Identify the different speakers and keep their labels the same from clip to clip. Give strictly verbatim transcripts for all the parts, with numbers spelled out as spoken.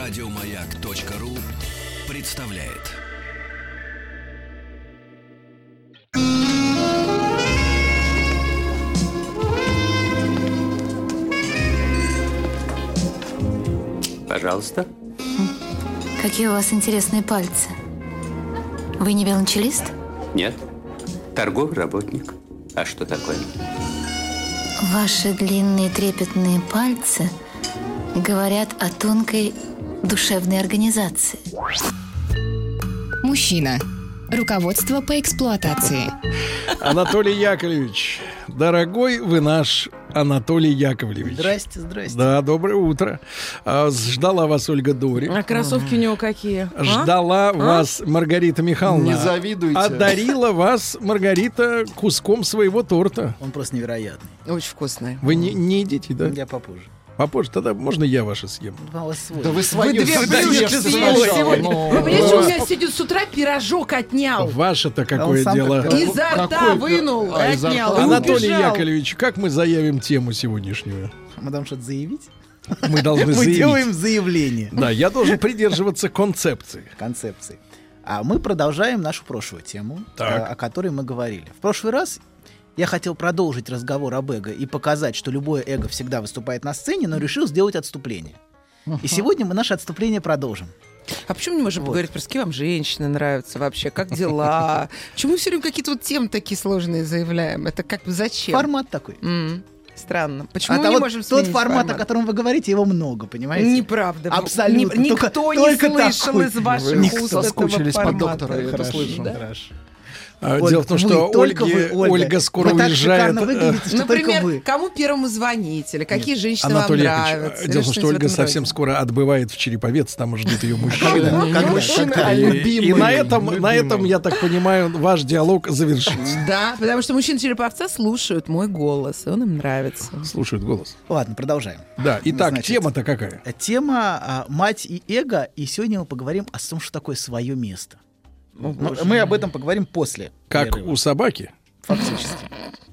Speaker 1: Радиомаяк.ру представляет.
Speaker 2: Пожалуйста.
Speaker 3: Какие у вас интересные пальцы. Вы не велончелист?
Speaker 2: Нет. Торговый работник. А что такое?
Speaker 3: Ваши длинные трепетные пальцы говорят о тонкой душевной организации.
Speaker 4: Мужчина. Руководство по эксплуатации.
Speaker 5: Анатолий Яковлевич, дорогой вы наш Анатолий Яковлевич.
Speaker 6: Здрасте, здрасте.
Speaker 5: Да, доброе утро. А, ждала вас Ольга Дори.
Speaker 7: А кроссовки у него какие?
Speaker 5: Ждала
Speaker 7: а?
Speaker 5: вас Маргарита Михайловна.
Speaker 6: Не завидуйте.
Speaker 5: Одарила вас Маргарита куском своего торта.
Speaker 6: Он просто невероятный.
Speaker 7: Очень вкусные.
Speaker 5: Вы не, не едите, да?
Speaker 6: Я попозже.
Speaker 5: Попозже, тогда можно я ваши съем?
Speaker 6: Да
Speaker 7: вы
Speaker 6: вы
Speaker 7: свои
Speaker 6: две
Speaker 7: блюдечки съели сегодня. Вы понимаете, у меня сидит с утра пирожок отнял.
Speaker 5: Ваше-то какое
Speaker 6: сам
Speaker 5: дело?
Speaker 6: так-
Speaker 7: Изо рта
Speaker 6: Какой-
Speaker 7: вынул,
Speaker 6: А, изо
Speaker 7: отнял.
Speaker 6: рта.
Speaker 7: и
Speaker 5: Анатолий
Speaker 7: убежал.
Speaker 5: Яковлевич, как мы заявим тему сегодняшнюю?
Speaker 6: Мадам, что-то заявить?
Speaker 5: Мы должны
Speaker 6: Мы
Speaker 5: заявить.
Speaker 6: делаем заявление.
Speaker 5: Да, я должен придерживаться концепции.
Speaker 6: Концепции. А мы продолжаем нашу прошлую тему,
Speaker 5: Так.
Speaker 6: а, о которой мы говорили. В прошлый раз я хотел продолжить разговор об эго и показать, что любое эго всегда выступает на сцене, но решил сделать отступление. И сегодня мы наше отступление продолжим.
Speaker 7: А почему не можем
Speaker 6: Вот.
Speaker 7: поговорить про с кем вам женщины нравятся вообще? Как дела? Почему мы все время какие-то вот темы такие сложные заявляем? Это как бы зачем?
Speaker 6: Формат такой.
Speaker 7: М, Странно. Почему
Speaker 6: А
Speaker 7: мы
Speaker 6: то
Speaker 7: не
Speaker 6: вот
Speaker 7: можем
Speaker 6: тот
Speaker 7: сменить
Speaker 6: формат, о котором вы говорите, его много, понимаете?
Speaker 7: Неправда.
Speaker 6: Абсолютно.
Speaker 7: Ни-
Speaker 6: Только-
Speaker 7: Никто не
Speaker 6: только
Speaker 7: слышал
Speaker 6: такой.
Speaker 7: из ваших
Speaker 6: Никто.
Speaker 7: уст этого
Speaker 8: Соскучились по
Speaker 7: формата.
Speaker 8: доктору, я это
Speaker 6: Хорошо,
Speaker 8: слышу.
Speaker 7: Да?
Speaker 6: хорошо.
Speaker 5: А,
Speaker 6: Ольга,
Speaker 5: Дело в том,
Speaker 6: вы,
Speaker 5: что
Speaker 6: только
Speaker 5: Ольге-
Speaker 6: вы, Ольга.
Speaker 5: Ольга скоро
Speaker 6: Вы так
Speaker 5: уезжает.
Speaker 6: шикарно выглядите, что только
Speaker 7: Например,
Speaker 6: вы.
Speaker 7: кому первому звонить? Или какие женщины
Speaker 5: Анатолий
Speaker 7: вам
Speaker 5: Яковлевич,
Speaker 7: нравятся?
Speaker 5: дело в том,
Speaker 7: Или
Speaker 5: что
Speaker 7: что-нибудь в
Speaker 5: Ольга
Speaker 7: этом
Speaker 5: совсем
Speaker 7: роде?
Speaker 5: скоро отбывает в Череповец, там ждет ее мужчина.
Speaker 6: Когда?
Speaker 8: Мужчина,
Speaker 6: Когда?
Speaker 8: а
Speaker 5: И,
Speaker 8: любимый.
Speaker 5: и на этом, на
Speaker 8: любимый.
Speaker 5: этом, я так понимаю, ваш диалог завершится.
Speaker 7: Да, потому что мужчины Череповца слушают мой голос, и он им нравится.
Speaker 5: Слушают голос.
Speaker 6: Ладно, продолжаем.
Speaker 5: Да, итак,
Speaker 6: Значит,
Speaker 5: тема-то какая?
Speaker 6: Тема а, «Мать и эго», и сегодня мы поговорим о том, что такое свое место.
Speaker 7: О,
Speaker 6: Но
Speaker 7: боже
Speaker 6: мы
Speaker 7: мой.
Speaker 6: об этом поговорим после
Speaker 5: Как
Speaker 6: перерыва.
Speaker 5: у собаки?
Speaker 6: Фактически.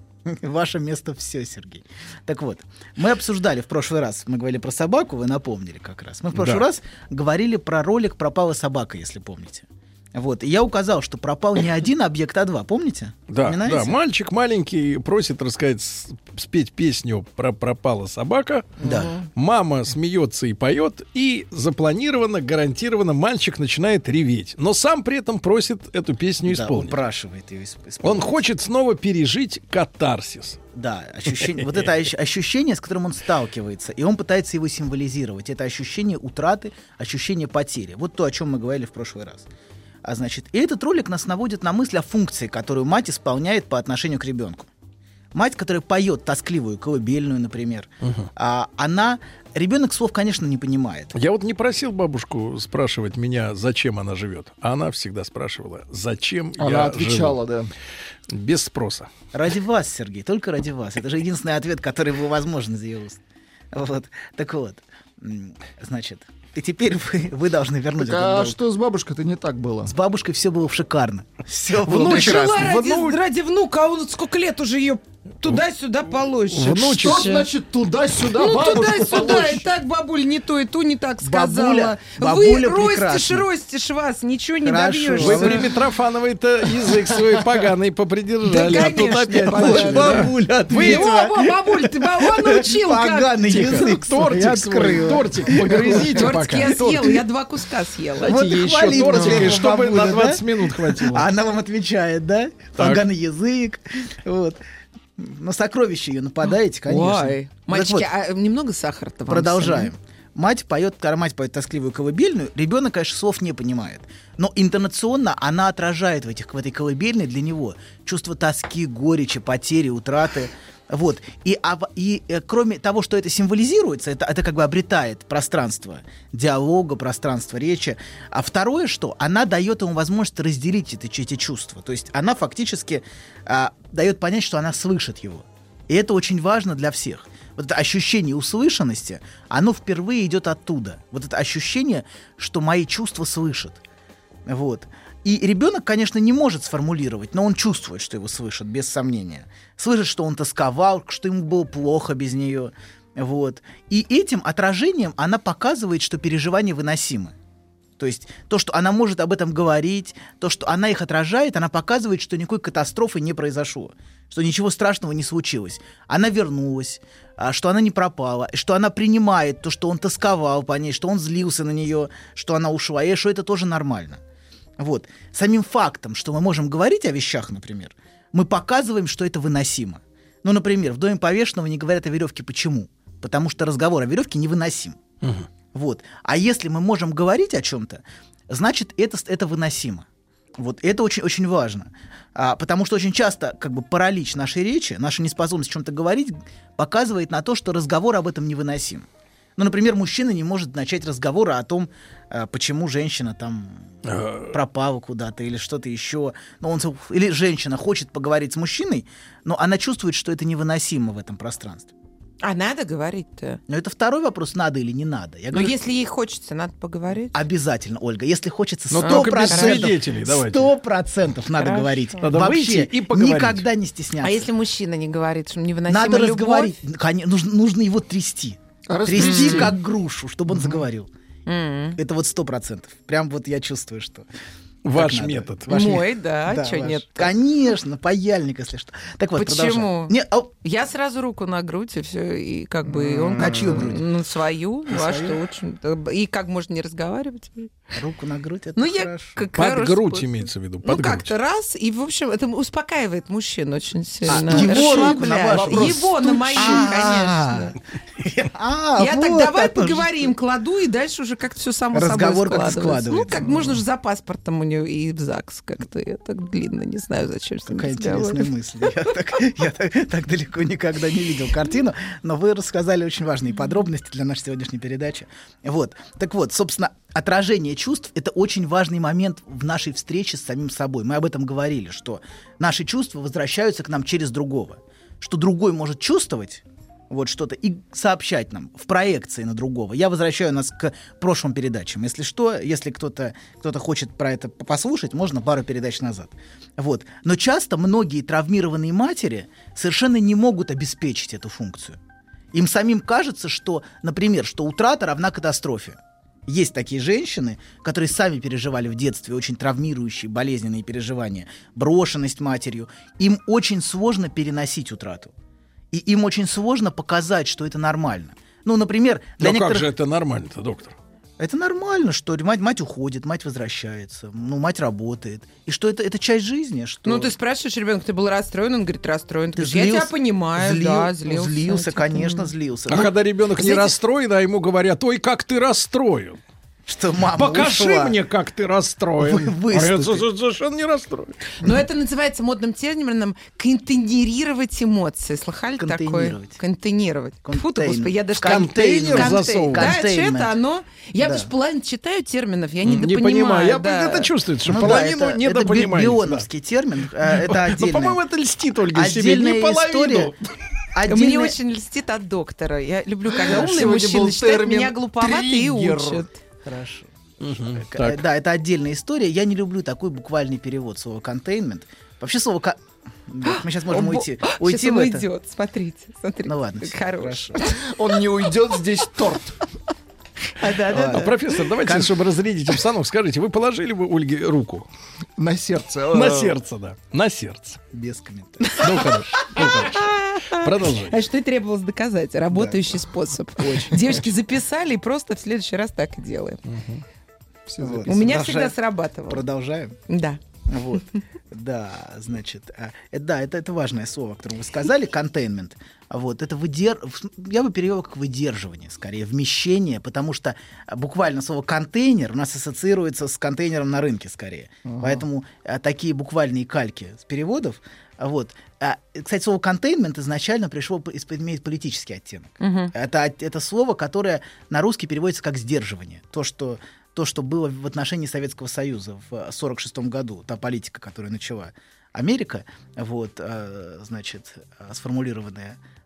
Speaker 6: Ваше место все, Сергей. Так вот, мы обсуждали в прошлый раз, мы говорили про собаку, вы напомнили как раз. Мы в прошлый
Speaker 5: Да.
Speaker 6: раз говорили про ролик «Пропала собака», если помните. Вот, и я указал, что пропал не один объект, а два, помните?
Speaker 5: Да,
Speaker 6: Вспоминаете?
Speaker 5: да, мальчик маленький просит рассказать, с- спеть песню про пропала собака.
Speaker 6: Да.
Speaker 5: Мама смеется и поет, и запланированно, гарантированно мальчик начинает реветь. Но сам при этом просит эту песню
Speaker 6: Да,
Speaker 5: исполнить.
Speaker 6: упрашивает ее исп-
Speaker 5: Он
Speaker 6: исполнить.
Speaker 5: хочет снова пережить катарсис.
Speaker 6: Да, ощущение, вот это ощ- ощущение, с которым он сталкивается, и он пытается его символизировать. Это ощущение утраты, ощущение потери. Вот то, о чем мы говорили в прошлый раз. А значит, и этот ролик нас наводит на мысль о функции, которую мать исполняет по отношению к ребенку. Мать, которая поет тоскливую колыбельную, например, а, она ребенок слов, конечно, не понимает.
Speaker 5: Я вот не просил бабушку спрашивать меня, зачем она живет. А она всегда спрашивала, зачем
Speaker 8: Она
Speaker 5: я
Speaker 8: отвечала, да.
Speaker 5: живу. Без спроса.
Speaker 6: Ради вас, Сергей, только ради вас. Это же единственный ответ, который был возможен из ее уст. Вот. Так вот, м, значит, и теперь вы, вы должны вернуть
Speaker 8: Так,
Speaker 6: этот
Speaker 8: а
Speaker 6: долг.
Speaker 8: что с бабушкой-то не так было?
Speaker 6: С бабушкой все было шикарно. Все было
Speaker 5: Внучек.
Speaker 6: прекрасно.
Speaker 7: Жила ради,
Speaker 5: Внук-
Speaker 7: ради внука, а он сколько лет уже ее туда-сюда положишь.
Speaker 5: Внучек.
Speaker 8: Что значит туда-сюда
Speaker 7: Ну,
Speaker 8: бабушку
Speaker 7: туда-сюда,
Speaker 8: положишь?
Speaker 7: и так бабуль не то, и ту не так сказала.
Speaker 6: Бабуля-
Speaker 7: Вы
Speaker 6: бабуля
Speaker 7: ростишь,
Speaker 6: прекрасна.
Speaker 7: ростишь вас, ничего не
Speaker 6: Хорошо.
Speaker 7: добьешься.
Speaker 5: Вы при Митрофановой-то язык свой поганый попридержали,
Speaker 7: Да,
Speaker 5: а тут
Speaker 7: конечно,
Speaker 5: опять
Speaker 7: поганый.
Speaker 5: начали, да?
Speaker 6: Бабуля
Speaker 7: Вы
Speaker 6: ответила.
Speaker 7: его, бабуль, ты баба научил как.
Speaker 6: Поганый
Speaker 5: Тихо.
Speaker 6: язык свой
Speaker 5: Тортик свой,
Speaker 6: открыла.
Speaker 5: тортик погрызите
Speaker 7: Тортик
Speaker 5: пока.
Speaker 7: я съела, я два куска съела.
Speaker 5: Дайте
Speaker 6: Вот
Speaker 5: ей еще
Speaker 6: хвалит
Speaker 5: тортика,
Speaker 6: бабуля,
Speaker 5: чтобы
Speaker 6: бабуля,
Speaker 5: на двадцать
Speaker 6: да?
Speaker 5: минут хватило.
Speaker 6: А она вам отвечает, да? Поганый язык. Вот. На сокровище ее нападаете, конечно.
Speaker 7: Ой.
Speaker 6: Так
Speaker 7: Мальчики,
Speaker 6: вот,
Speaker 7: а немного сахара-то вам
Speaker 6: продолжаем.
Speaker 7: всем?
Speaker 6: Мать поет, когда мать поет тоскливую колыбельную, ребенок, конечно, слов не понимает. Но интонационно она отражает в, этих, в этой колыбельной для него чувство тоски, горечи, потери, утраты. Вот. И, а, и э, кроме того, что это символизируется, это, это как бы обретает пространство диалога, пространство речи. А второе, что она дает ему возможность разделить эти, эти чувства. То есть она фактически а, дает понять, что она слышит его. И это очень важно для всех. Вот это ощущение услышанности, оно впервые идет оттуда. Вот это ощущение, что мои чувства слышат. Вот. И ребенок, конечно, не может сформулировать, но он чувствует, что его слышат, без сомнения. Слышит, что он тосковал, что ему было плохо без нее. Вот. И этим отражением она показывает, что переживания выносимы. То есть то, что она может об этом говорить, то, что она их отражает, она показывает, что никакой катастрофы не произошло, что ничего страшного не случилось. Она вернулась, что она не пропала, что она принимает то, что он тосковал по ней, что он злился на нее, что она ушла, и что это тоже нормально. Вот. Самим фактом, что мы можем говорить о вещах, например, мы показываем, что это выносимо. Ну, например, в доме повешенного не говорят о веревке. Почему? Потому что разговор о веревке невыносим. Угу. Вот. А если мы можем говорить о чем-то, значит, это, это выносимо. Вот. Это очень, очень важно. А, потому что очень часто как бы, паралич нашей речи, наша неспособность о чем-то говорить, показывает на то, что разговор об этом невыносим. Ну, например, мужчина не может начать разговор о том, а, почему женщина там пропала куда-то или что-то еще. Но он, или женщина хочет поговорить с мужчиной, но она чувствует, что это невыносимо в этом пространстве.
Speaker 7: А надо говорить-то?
Speaker 6: Но это второй вопрос, надо или не надо. Я
Speaker 7: Но
Speaker 6: говорю,
Speaker 7: если ей хочется, надо поговорить.
Speaker 6: Обязательно, Ольга. Если хочется
Speaker 5: Но
Speaker 6: сто
Speaker 5: только без
Speaker 6: процентов,
Speaker 5: свидетелей, давайте.
Speaker 6: сто процентов надо
Speaker 7: Хорошо.
Speaker 6: говорить.
Speaker 5: Надо
Speaker 6: Вообще
Speaker 5: выйти и поговорить.
Speaker 6: никогда не стесняться.
Speaker 7: А если мужчина не говорит, что невыносима
Speaker 6: надо
Speaker 7: любовь?
Speaker 6: разговорить. Конечно, нужно, нужно его трясти.
Speaker 8: Растрясти.
Speaker 6: Трясти как грушу, чтобы он заговорил.
Speaker 7: М.
Speaker 6: Это вот сто процентов. Прям вот я чувствую, что...
Speaker 5: Ваш
Speaker 6: так надо.
Speaker 5: метод.
Speaker 6: Ваш
Speaker 7: Мой,
Speaker 6: метод.
Speaker 7: да, что
Speaker 6: ваш.
Speaker 7: нет?
Speaker 6: Конечно, паяльник, если что. Так вот,
Speaker 7: Почему?
Speaker 6: продолжаем. Не, а,
Speaker 7: Я сразу руку на грудь, и все, и как бы и он
Speaker 6: На
Speaker 7: как
Speaker 6: чью грудь?
Speaker 7: На свою, ну а
Speaker 6: свою?
Speaker 7: что очень. И как можно не разговаривать?
Speaker 6: руку на грудь, это
Speaker 7: Ну, я
Speaker 6: хорошо.
Speaker 7: как
Speaker 5: Под
Speaker 7: хороший
Speaker 5: грудь
Speaker 7: способ.
Speaker 5: имеется в виду.
Speaker 7: Ну,
Speaker 5: Под грудь.
Speaker 7: как-то раз, и, в общем, это успокаивает мужчин очень сильно.
Speaker 6: его руку на
Speaker 7: Расслабляет.
Speaker 6: ваш вопрос
Speaker 7: Его на мою,
Speaker 6: А,
Speaker 7: конечно.
Speaker 6: А,
Speaker 7: Я так
Speaker 6: вот
Speaker 7: давай
Speaker 6: оно что.
Speaker 7: поговорим, кладу, и дальше уже как-то все само
Speaker 6: Разговор
Speaker 7: собой
Speaker 6: как-то
Speaker 7: складывается. Ну,
Speaker 6: складывается.
Speaker 7: как можно же за паспортом у нее и в ЗАГС как-то. Я так длинно не знаю, зачем с ним
Speaker 6: Какая
Speaker 7: разговаривать.
Speaker 6: интересная мысль. Я, так, я так, так далеко никогда не видел картину, но вы рассказали очень важные подробности для нашей сегодняшней передачи. Вот. Так вот, собственно, отражение чувств — это очень важный момент в нашей встрече с самим собой. Мы об этом говорили, что наши чувства возвращаются к нам через другого. Что другой может чувствовать вот что-то и сообщать нам в проекции на другого. Я возвращаю нас к прошлым передачам. Если что, если кто-то, кто-то хочет про это послушать, можно пару передач назад. Вот. Но часто многие травмированные матери совершенно не могут обеспечить эту функцию. Им самим кажется, что, например, что утрата равна катастрофе. Есть такие женщины, которые сами переживали в детстве очень травмирующие, болезненные переживания, брошенность матерью. Им очень сложно переносить утрату. И им очень сложно показать, что это нормально. Ну, например, для
Speaker 5: Но
Speaker 6: некоторых...
Speaker 5: как же это нормально-то, доктор?
Speaker 6: Это нормально, что мать, мать уходит, мать возвращается, ну, мать работает. И что это, это часть жизни. Что...
Speaker 7: Ну, ты спрашиваешь ребенка, ты был расстроен? Он говорит, расстроен. Ты
Speaker 6: Ты
Speaker 7: говоришь, я
Speaker 6: злился?
Speaker 7: тебя понимаю,
Speaker 6: Злил-
Speaker 7: да, злился.
Speaker 6: Злился,
Speaker 7: типа,
Speaker 6: конечно,
Speaker 7: м.
Speaker 6: злился.
Speaker 5: А
Speaker 6: Ну,
Speaker 5: когда ребенок не
Speaker 6: знаете,
Speaker 5: расстроен, а ему говорят: ой, как ты расстроен.
Speaker 6: что мама
Speaker 5: Покажи
Speaker 6: ушла.
Speaker 5: мне, как ты расстроен.
Speaker 6: Вы-
Speaker 5: А я
Speaker 6: выступи.
Speaker 5: со- совершенно не расстроен.
Speaker 7: Но это называется модным термином контейнировать эмоции. Слыхали такое?
Speaker 6: Контейнировать.
Speaker 7: Контейнировать. Фу ты,
Speaker 6: Контейн-
Speaker 7: господи, я даже...
Speaker 6: в контейнер
Speaker 7: Контейн-
Speaker 5: засовывать.
Speaker 7: Да,
Speaker 6: Контейнмент.
Speaker 7: это оно. Я
Speaker 6: Да.
Speaker 7: даже половину читаю терминов, я
Speaker 5: Не
Speaker 7: недопонимаю.
Speaker 5: понимаю. Я
Speaker 7: да.
Speaker 5: это чувствуется, что
Speaker 6: Ну да,
Speaker 5: половину
Speaker 6: это,
Speaker 5: не
Speaker 6: это би-
Speaker 5: допонимаете.
Speaker 6: бионовский термин. э, Это
Speaker 5: Ну,
Speaker 6: отдельно.
Speaker 5: по-моему, это льстит Ольга себе.
Speaker 6: Отдельная
Speaker 5: Не половину.
Speaker 6: история.
Speaker 7: Мне
Speaker 6: Отдельная-
Speaker 7: очень льстит от доктора. Я люблю, когда умные
Speaker 8: Сегодня
Speaker 7: мужчины
Speaker 8: был
Speaker 7: считают
Speaker 8: термин
Speaker 7: меня глуповатой и
Speaker 8: «триггер».
Speaker 7: учат.
Speaker 6: Хорошо.
Speaker 5: Мгм,
Speaker 6: К-
Speaker 5: так.
Speaker 6: Да, это отдельная история. Я не люблю такой буквальный перевод слова контейнмент. Вообще слово... ко- Да, мы сейчас можем
Speaker 7: О, бо-
Speaker 6: уйти.
Speaker 7: Сейчас
Speaker 6: Уйти
Speaker 7: он
Speaker 6: в это.
Speaker 7: уйдет. Смотрите, смотрите.
Speaker 6: Ну ладно, всё,
Speaker 7: Хорош.
Speaker 6: хорошо.
Speaker 8: Он не уйдет, здесь торт.
Speaker 7: А, да, да,
Speaker 5: А,
Speaker 7: да.
Speaker 5: профессор, давайте,
Speaker 6: Кон-
Speaker 5: чтобы разрядить обстановку, скажите, вы положили бы Ольге руку?
Speaker 8: На сердце.
Speaker 5: На
Speaker 8: Э,
Speaker 5: сердце, да. На сердце.
Speaker 6: Без комментариев.
Speaker 5: Ну, хорошо. Ну, хорошо. Продолжай.
Speaker 7: А что и требовалось доказать? Работающий способ. Девочки записали, и просто в следующий раз так и делаем.
Speaker 8: все
Speaker 6: Вот.
Speaker 7: У меня
Speaker 6: Продолжаем.
Speaker 7: всегда срабатывало.
Speaker 6: Продолжаем.
Speaker 7: Да.
Speaker 6: Вот. Да, значит, а, э, да, это, это важное слово, которое вы сказали, контейнмент. Вот, это выдер... Я бы перевел как выдерживание, скорее, вмещение, потому что а, буквально слово контейнер у нас ассоциируется с контейнером на рынке, скорее. Поэтому а, такие буквальные кальки с переводов. а, Вот. А, кстати, слово контейнмент изначально пришло, по- из- имеет политический оттенок. Это, от- это слово, которое на русский переводится как сдерживание. То, что то, что было в отношении Советского Союза в сорок шестом году, та политика, которую начала Америка, вот, э, значит, э, сформулированная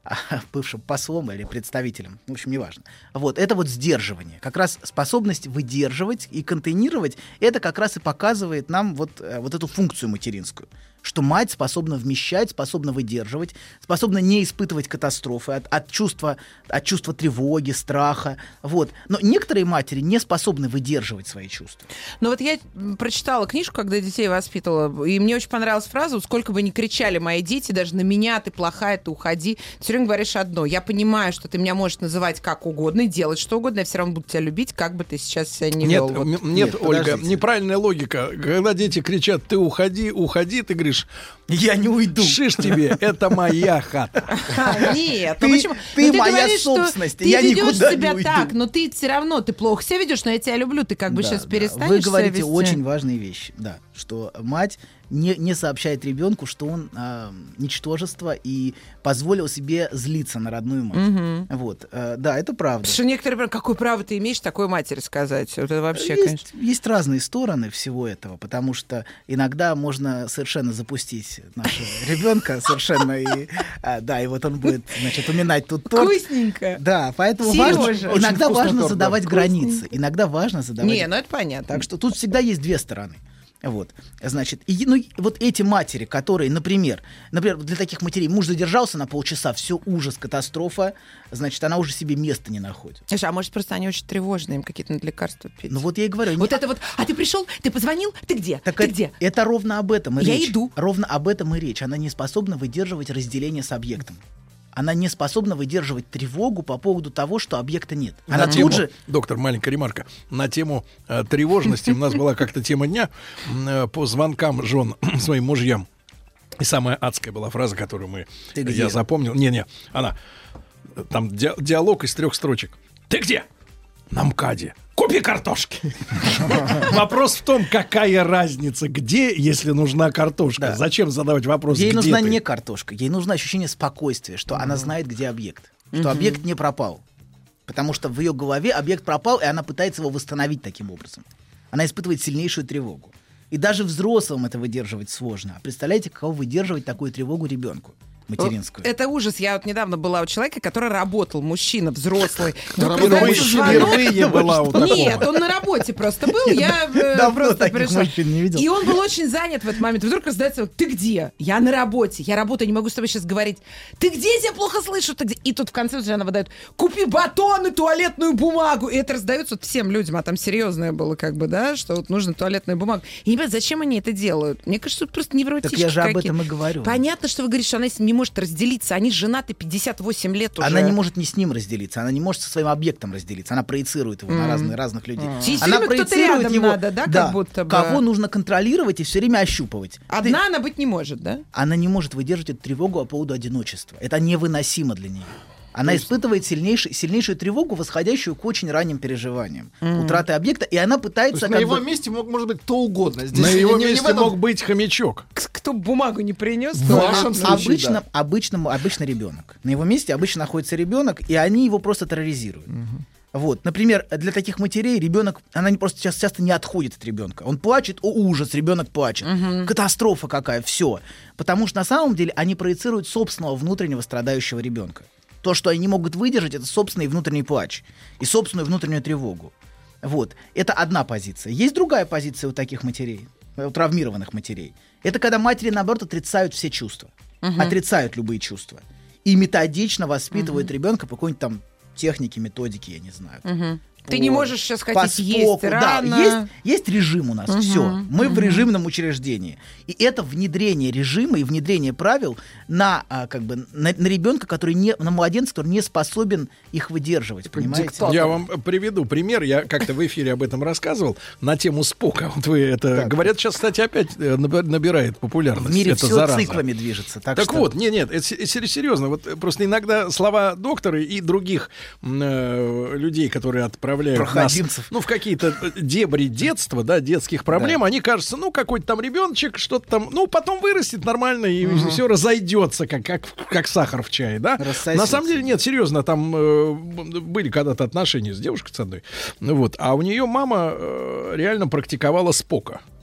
Speaker 6: бывшим послом или представителем, в общем, неважно. Вот, это вот сдерживание. Как раз способность выдерживать и контейнировать, это как раз и показывает нам вот, вот эту функцию материнскую. Что мать способна вмещать, способна выдерживать, способна не испытывать катастрофы от, от, чувства, от чувства тревоги, страха. Вот. Но некоторые матери не способны выдерживать свои чувства.
Speaker 7: Ну вот я прочитала книжку, когда детей воспитывала, и мне очень понравилась фраза: сколько бы ни кричали мои дети, даже на меня, ты плохая, ты уходи, ты все время говоришь одно: я понимаю, что ты меня можешь называть как угодно и делать что угодно, я все равно буду тебя любить, как бы ты сейчас себя не
Speaker 5: Нет,
Speaker 7: вел. Вот.
Speaker 5: м- нет,
Speaker 6: Нет,
Speaker 5: Ольга,
Speaker 6: подождите.
Speaker 5: неправильная логика. Когда дети кричат: ты уходи, уходи, ты говоришь:
Speaker 6: Я не уйду.
Speaker 5: шиш тебе, это моя хата.
Speaker 7: А, нет,
Speaker 6: Ты-
Speaker 7: ну почему?
Speaker 6: ты
Speaker 7: Ну,
Speaker 6: моя
Speaker 7: говоришь, что
Speaker 6: собственность,
Speaker 7: ты
Speaker 6: я
Speaker 7: ведешь
Speaker 6: никуда не
Speaker 7: себя
Speaker 6: уйду.
Speaker 7: так, но ты все равно, ты плохо себя ведешь, но я тебя люблю, ты как бы
Speaker 6: Да,
Speaker 7: сейчас
Speaker 6: да.
Speaker 7: перестанешь
Speaker 6: Вы
Speaker 7: себя
Speaker 6: говорите
Speaker 7: вести?
Speaker 6: очень важные вещи, да, что мать не, не сообщает ребенку, что он а, ничтожество, и позволил себе злиться на родную мать.
Speaker 7: Мгм.
Speaker 6: Вот, а, да, это правда.
Speaker 7: Потому что некоторые говорят: какое право ты имеешь такой матери сказать? Вот это вообще,
Speaker 6: есть,
Speaker 7: конечно.
Speaker 6: есть разные стороны всего этого, потому что иногда можно совершенно запустить нашего ребенка совершенно и а, да, и вот он будет, значит, уминать тут торт.
Speaker 7: Вкусненько.
Speaker 6: Да, поэтому
Speaker 7: Серёжа.
Speaker 6: важно,
Speaker 8: Очень
Speaker 6: иногда
Speaker 8: вкусный
Speaker 6: важно
Speaker 8: торт, да.
Speaker 6: задавать границы, иногда важно задавать.
Speaker 7: Не, ну это понятно.
Speaker 6: Так что тут всегда есть две стороны. Вот, значит, и, ну, и вот эти матери, которые, например, например, для таких матерей муж задержался на полчаса, все, ужас, катастрофа, значит, она уже себе места не находит.
Speaker 7: Слушай, а может, просто они очень тревожные, им какие-то надо лекарства пить?
Speaker 6: Ну вот я и говорю.
Speaker 7: Вот
Speaker 6: не-
Speaker 7: это вот: а ты пришел, ты позвонил, ты где?
Speaker 6: Так
Speaker 7: ты
Speaker 6: это,
Speaker 7: где?
Speaker 6: это ровно об этом и
Speaker 7: Я
Speaker 6: речь.
Speaker 7: иду.
Speaker 6: Ровно об этом и речь. Она не способна выдерживать разделение с объектом. Она не способна выдерживать тревогу по поводу того, что объекта нет. Она
Speaker 5: На тему,
Speaker 6: тут же...
Speaker 5: доктор, маленькая ремарка, на тему э, тревожности у нас была как-то тема дня м, э, по звонкам жен своим мужьям. И самая адская была фраза, которую мы,
Speaker 6: Ты где?
Speaker 5: я запомнил. Не-не, она, э, там ди- диалог из трех строчек. Ты где? На МКАДе. Купи картошки. Вопрос в том, какая разница, где, если нужна картошка.
Speaker 6: Да.
Speaker 5: Зачем задавать вопрос,
Speaker 6: Ей
Speaker 5: где
Speaker 6: нужна
Speaker 5: ты?
Speaker 6: не картошка, ей нужно ощущение спокойствия, что она знает, где объект. Что объект не пропал. Потому что в ее голове объект пропал, и она пытается его восстановить таким образом. Она испытывает сильнейшую тревогу. И даже взрослым это выдерживать сложно. А представляете, каково выдерживать такую тревогу ребенку материнскую?
Speaker 7: Это ужас. Я вот недавно была у человека, который работал, мужчина, взрослый.
Speaker 8: Который
Speaker 7: Вдруг
Speaker 5: Впервые,
Speaker 7: раздается звонок.
Speaker 5: впервые была у такого.
Speaker 7: Нет, он на работе просто был, я э,
Speaker 6: Давно
Speaker 7: просто
Speaker 6: таких
Speaker 7: пришла.
Speaker 6: мужчин не видел.
Speaker 7: И он был очень занят в этот момент. Вдруг раздается: ты где? Я на работе. Я работаю, не могу с тобой сейчас говорить. Ты где? Я тебя плохо слышу. Ты где? И тут в конце уже она выдает: купи батон и туалетную бумагу. И это раздается вот всем людям, а там серьезное было как бы, да, что вот нужно туалетную бумагу. И не понимаю, зачем они это делают? Мне кажется, это просто невротички
Speaker 6: Так я же об
Speaker 7: какие-то.
Speaker 6: этом и говорю.
Speaker 7: Понятно, что вы говорите, что она с ним не может разделиться. Они женаты пятьдесят восемь лет уже.
Speaker 6: Она не может ни с ним разделиться, она не может со своим объектом разделиться, она проецирует его на разные, разных людей.
Speaker 7: Ей всё
Speaker 6: Она
Speaker 7: время кто-то
Speaker 6: проецирует
Speaker 7: рядом
Speaker 6: его,
Speaker 7: надо, да, как будто бы?
Speaker 6: кого нужно контролировать и все время ощупывать.
Speaker 7: Одна она быть не может, да?
Speaker 6: Она не может выдержать эту тревогу по поводу одиночества. Это невыносимо для нее. Она испытывает сильнейший, сильнейшую тревогу, восходящую к очень ранним переживаниям. Утраты объекта, и она
Speaker 8: То
Speaker 6: пытается...
Speaker 8: есть на
Speaker 6: как
Speaker 8: его
Speaker 6: бы-
Speaker 8: месте мог, может быть кто угодно. Здесь
Speaker 5: На
Speaker 8: не-
Speaker 5: его
Speaker 8: не- не
Speaker 5: месте
Speaker 8: в этом-
Speaker 5: мог быть хомячок.
Speaker 7: К- Кто бумагу не принес,
Speaker 8: В
Speaker 7: то-
Speaker 8: вашем
Speaker 6: А-
Speaker 8: случае,
Speaker 6: обычно,
Speaker 8: да.
Speaker 6: обычному, обычно ребенок. На его месте обычно находится ребенок, и они его просто терроризируют. Вот, например, для таких матерей ребенок, она не просто часто, часто не отходит от ребенка. Он плачет, о ужас, ребенок плачет, катастрофа какая, все. Потому что на самом деле они проецируют собственного внутреннего страдающего ребенка. То, что они не могут выдержать, это собственный внутренний плач и собственную внутреннюю тревогу. Вот, это одна позиция. Есть другая позиция у таких матерей, у травмированных матерей. Это когда матери, наоборот, отрицают все чувства, отрицают любые чувства и методично воспитывают ребенка по какой-нибудь там технике, методике, я не знаю.
Speaker 7: Мгм. Ты
Speaker 6: по-
Speaker 7: не можешь сейчас
Speaker 6: по
Speaker 7: хотеть есть
Speaker 6: споку. Да,
Speaker 7: рано.
Speaker 6: есть, есть режим у нас, все. Мы в режимном учреждении. И это внедрение режима и внедрение правил на, а, как бы, на, на ребенка, который не, на младенца, который не способен их выдерживать, понимаете?
Speaker 8: диктатор.
Speaker 5: Я вам приведу пример. Я как-то в эфире об этом рассказывал на тему Спока. Вот вы это
Speaker 6: Так.
Speaker 5: говорят сейчас, кстати, опять э, наби- набирает популярность.
Speaker 6: В мире
Speaker 5: это
Speaker 6: все
Speaker 5: зараза.
Speaker 6: циклами движется. Так,
Speaker 5: Так
Speaker 6: что-
Speaker 5: вот, нет, нет, это се- се- серьезно. Вот э, просто иногда слова доктора и других м, э, людей, которые отправляют нас,
Speaker 6: Проходимцев.
Speaker 5: ну, в какие-то э, дебри детства, да, детских проблем, они кажутся, ну, какой-то там ребеночек, что-то там, ну, потом вырастет нормально и все разойдется, как, как, как сахар в чае, да?
Speaker 6: Рассосется.
Speaker 5: На самом деле, нет, серьезно, там э, б- были когда-то отношения с девушкой с одной, ну, вот, а у нее мама э, реально практиковала Спока.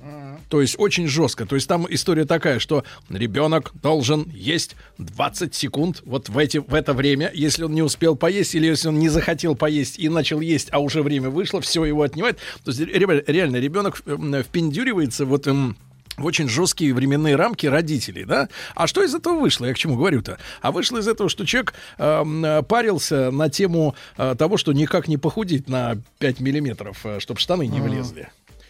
Speaker 5: То есть очень жестко. То есть там история такая, что ребенок должен есть двадцать секунд вот в, эти, в это время. Если он не успел поесть или если он не захотел поесть и начал есть, а уже время вышло, все его отнимает. То есть реально ребенок впендюривается вот им в очень жесткие временные рамки родителей, да? А что из этого вышло? Я к чему говорю-то? А вышло из этого, что человек э, парился на тему э, того, что никак не похудеть на пять миллиметров, э, чтобы штаны не влезли.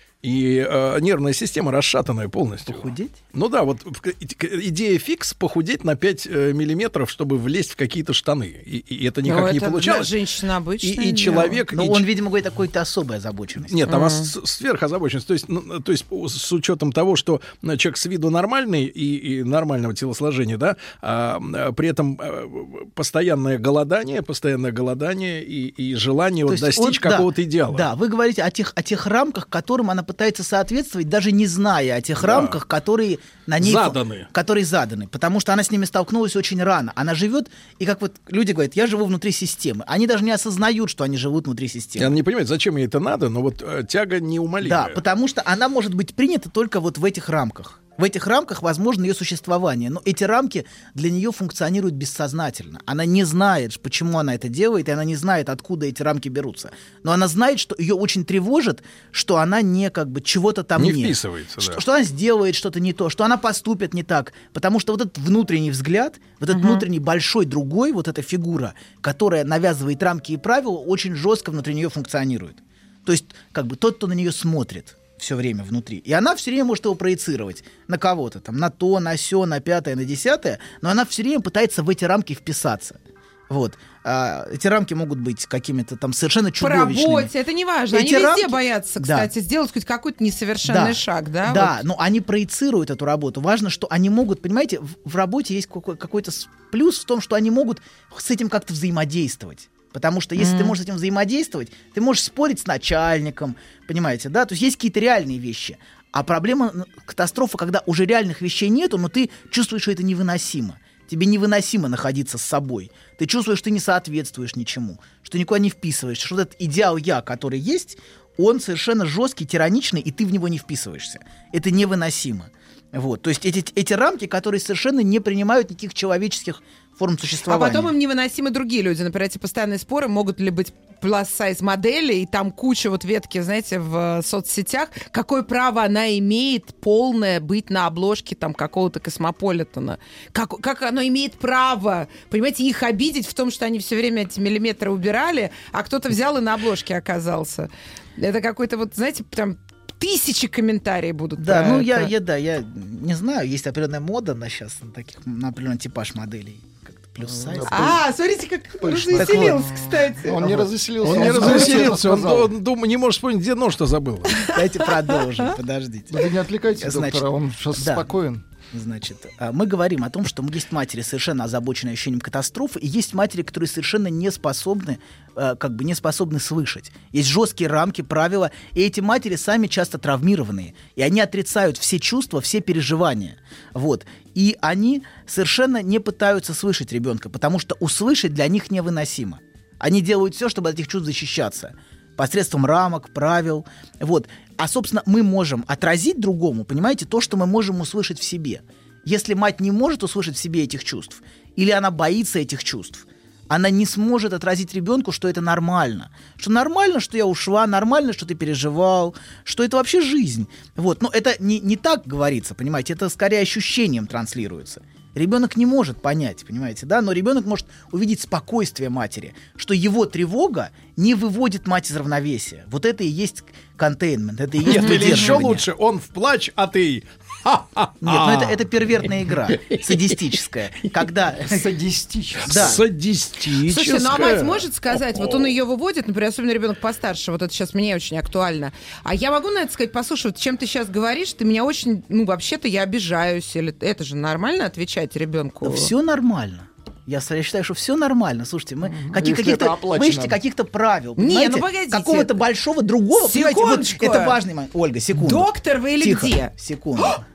Speaker 5: И э, нервная система расшатанная полностью.
Speaker 6: Похудеть?
Speaker 5: Ну да, вот идея фикс похудеть на пять э, миллиметров, чтобы влезть в какие-то штаны. И, и это никак
Speaker 7: Но
Speaker 5: не
Speaker 7: это
Speaker 5: получалось.
Speaker 7: Для женщины обычное
Speaker 5: И, и человек...
Speaker 6: Но
Speaker 5: и
Speaker 6: он,
Speaker 5: ч...
Speaker 6: видимо, говорит о какой-то особой озабоченности.
Speaker 5: Нет, там mm-hmm. сверхозабоченность. То есть, ну, то есть с учетом того, что человек с виду нормальный и, и нормального телосложения, да, а, а, при этом а, постоянное голодание, постоянное голодание и, и желание вот достичь он, какого-то
Speaker 6: да,
Speaker 5: идеала.
Speaker 6: Да, вы говорите о тех, о тех рамках, которым она пытается соответствовать, даже не зная о тех да. рамках, которые на ней
Speaker 5: заданы.
Speaker 6: которые заданы, потому что она с ними столкнулась очень рано. Она живет, и как вот люди говорят, я живу внутри системы. Они даже не осознают, что они живут внутри системы.
Speaker 5: Она не понимает, зачем ей это надо, но вот э, тяга неумолимая.
Speaker 6: Да, потому что она может быть принята только вот в этих рамках. В этих рамках возможно ее существование, но эти рамки для нее функционируют бессознательно. Она не знает, почему она это делает, и она не знает, откуда эти рамки берутся. Но она знает, что ее очень тревожит, что она не как бы чего-то там
Speaker 5: не
Speaker 6: нет.
Speaker 5: вписывается,
Speaker 6: что,
Speaker 5: да.
Speaker 6: что она сделает что-то не то, что она поступит не так. Потому что вот этот внутренний взгляд, вот этот uh-huh. внутренний большой другой, вот эта фигура, которая навязывает рамки и правила, очень жестко внутри нее функционирует. То есть как бы тот, кто на нее смотрит все время внутри. И она все время может его проецировать на кого-то, там, на то, на сё, на пятое, на десятое, но она все время пытается в эти рамки вписаться. Вот. А, эти рамки могут быть какими-то там совершенно чудовищными.
Speaker 7: По работе, это не важно.
Speaker 6: Эти
Speaker 7: они
Speaker 6: рамки...
Speaker 7: везде боятся, кстати, да. сделать хоть какой-то несовершенный
Speaker 6: да.
Speaker 7: шаг, да?
Speaker 6: Да,
Speaker 7: вот.
Speaker 6: но они проецируют эту работу. Важно, что они могут, понимаете, в, в работе есть какой- какой-то плюс в том, что они могут с этим как-то взаимодействовать. Потому что если mm-hmm. ты можешь с этим взаимодействовать, ты можешь спорить с начальником, понимаете, да? То есть есть какие-то реальные вещи. А проблема, катастрофа, когда уже реальных вещей нету, но ты чувствуешь, что это невыносимо. Тебе невыносимо находиться с собой. Ты чувствуешь, что ты не соответствуешь ничему, что никуда не вписываешься, что этот идеал «я», который есть, он совершенно жесткий, тираничный, и ты в него не вписываешься. Это невыносимо. Вот. То есть эти, эти рамки, которые совершенно не принимают никаких человеческих форм существования.
Speaker 7: А потом им невыносимы другие люди. Например, эти постоянные споры, могут ли быть плюс-сайз модели, и там куча вот ветки, знаете, в соцсетях. Какое право она имеет полное быть на обложке там какого-то Космополитена? Как, как оно имеет право, понимаете, их обидеть в том, что они все время эти миллиметры убирали, а кто-то взял и на обложке оказался. Это какой-то вот, знаете, там тысячи комментариев будут.
Speaker 6: Да, ну
Speaker 7: это.
Speaker 6: я, я, да, я не знаю, есть определенная мода на сейчас, на таких, на определенный типаж моделей. Плюс-сайз.
Speaker 7: А, смотрите, как развеселился, кстати.
Speaker 8: Он не развеселился.
Speaker 5: Он не развеселился, он, он думаю, не может вспомнить, где нож-то забыл.
Speaker 6: Давайте продолжим, подождите.
Speaker 8: Вы не отвлекайте
Speaker 6: Значит,
Speaker 8: доктора, он сейчас
Speaker 6: да.
Speaker 8: спокоен.
Speaker 6: Значит, мы говорим о том, что есть матери, совершенно озабоченные ощущением катастрофы, и есть матери, которые совершенно не способны, как бы не способны слышать. Есть жесткие рамки, правила, и эти матери сами часто травмированные, и они отрицают все чувства, все переживания. Вот. И они совершенно не пытаются слышать ребенка, потому что услышать для них невыносимо. Они делают все, чтобы от этих чувств защищаться. Посредством рамок, правил. Вот. А, собственно, мы можем отразить другому, понимаете, то, что мы можем услышать в себе. Если мать не может услышать в себе этих чувств, или она боится этих чувств, она не сможет отразить ребенку, что это нормально. Что нормально, что я ушла, нормально, что ты переживал, что это вообще жизнь. Вот. Но это не, не так говорится, понимаете, это скорее ощущением транслируется. Ребенок не может понять, понимаете, да, но ребенок может увидеть спокойствие матери, что его тревога не выводит мать из равновесия. Вот это и есть контейнмент, это и есть
Speaker 5: Нет, или еще
Speaker 6: выдерживание.
Speaker 5: лучше, он в плач, а ты...
Speaker 6: Нет, ну это, это первертная игра, садистическая, когда...
Speaker 8: Садистическая.
Speaker 6: Да.
Speaker 5: Садистическая.
Speaker 7: Слушайте, ну а мать может сказать, вот он ее выводит, например, особенно ребенок постарше, вот это сейчас мне очень актуально. А я могу на это сказать, послушай, вот чем ты сейчас говоришь, ты меня очень, ну вообще-то я обижаюсь, или это же нормально отвечать ребенку?
Speaker 6: Да все нормально. Я, я считаю, что все нормально. Слушайте, мы
Speaker 8: Mm-hmm.
Speaker 6: каких, каких-то, вы ищете каких-то правил,
Speaker 7: Не,
Speaker 6: понимаете?
Speaker 7: ну погодите.
Speaker 6: Какого-то большого другого, понимаете? Вот
Speaker 7: Секундочку.
Speaker 6: это важный момент. Ольга, секунду.
Speaker 7: Доктор вы или
Speaker 6: Тихо,
Speaker 7: где?
Speaker 6: секунду.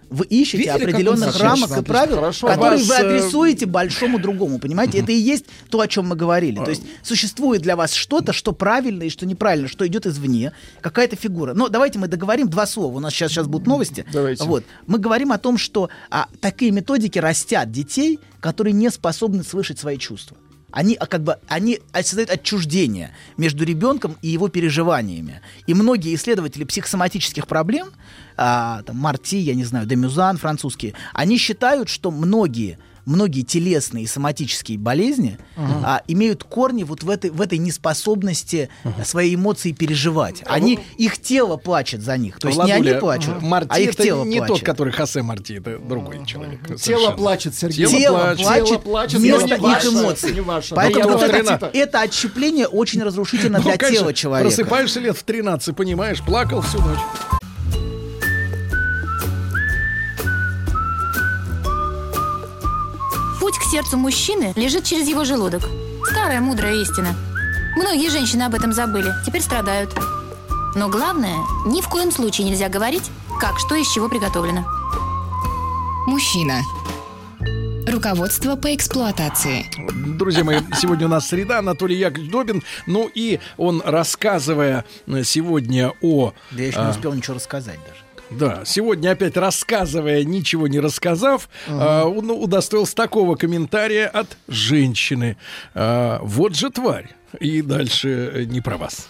Speaker 6: Вы ищете
Speaker 7: Видели, как он
Speaker 6: определенных
Speaker 7: сейчас
Speaker 6: рамок и
Speaker 8: отлично,
Speaker 6: правил,
Speaker 8: хорошо.
Speaker 6: которые
Speaker 5: Вас,
Speaker 6: вы
Speaker 5: э,
Speaker 6: адресуете большому другому. Понимаете, это и есть то, о чем мы говорили.
Speaker 5: А.
Speaker 6: То есть существует для вас что-то, что правильно и что неправильно, что идет извне, какая-то фигура. Но давайте мы договорим два слова. У нас сейчас, сейчас будут новости.
Speaker 8: Давайте.
Speaker 6: Вот. Мы говорим о том, что а, такие методики растят детей, которые не способны слышать свои чувства. Они а, как бы они создают отчуждение между ребенком и его переживаниями. И многие исследователи психосоматических проблем, а, там, Марти, я не знаю, де Мюзан, французские, они считают, что многие многие телесные и соматические болезни uh-huh. а, имеют корни вот в этой, в этой неспособности uh-huh. свои эмоции переживать. Они, их тело плачет за них. То есть
Speaker 5: Владуля,
Speaker 6: не они плачут,
Speaker 5: Марти
Speaker 6: а их
Speaker 5: это
Speaker 6: тело
Speaker 5: не
Speaker 6: плачет.
Speaker 5: тот, который Хосе Марти, это другой человек.
Speaker 8: Тело
Speaker 5: совершенно.
Speaker 8: плачет, Сергей.
Speaker 5: Тело
Speaker 6: Тело
Speaker 5: плачет.
Speaker 6: плачет,
Speaker 8: Тело плачет,
Speaker 6: вместо
Speaker 8: но не
Speaker 6: их
Speaker 8: ваше,
Speaker 6: эмоций.
Speaker 8: не ваше.
Speaker 6: Поэтому
Speaker 5: Ну,
Speaker 6: вот
Speaker 5: как-то
Speaker 6: это,
Speaker 5: в тринадцать.
Speaker 6: это отщепление очень разрушительно
Speaker 5: Ну,
Speaker 6: для
Speaker 5: конечно,
Speaker 6: тела человека.
Speaker 5: просыпаешься лет в тринадцать, понимаешь, плакал всю ночь.
Speaker 3: Путь к сердцу мужчины лежит через его желудок. Старая мудрая истина. Многие женщины об этом забыли, теперь страдают. Но главное, ни в коем случае нельзя говорить, как что из чего приготовлено.
Speaker 4: Мужчина. Руководство по эксплуатации.
Speaker 5: Друзья мои, сегодня у нас среда, Анатолий Яковлевич Добин. Ну и он, рассказывая сегодня о...
Speaker 6: Да я еще не успел ничего рассказать даже.
Speaker 5: Да, сегодня опять рассказывая, ничего не рассказав, uh-huh. а, он удостоился такого комментария от женщины. А, вот же тварь. И дальше не про вас.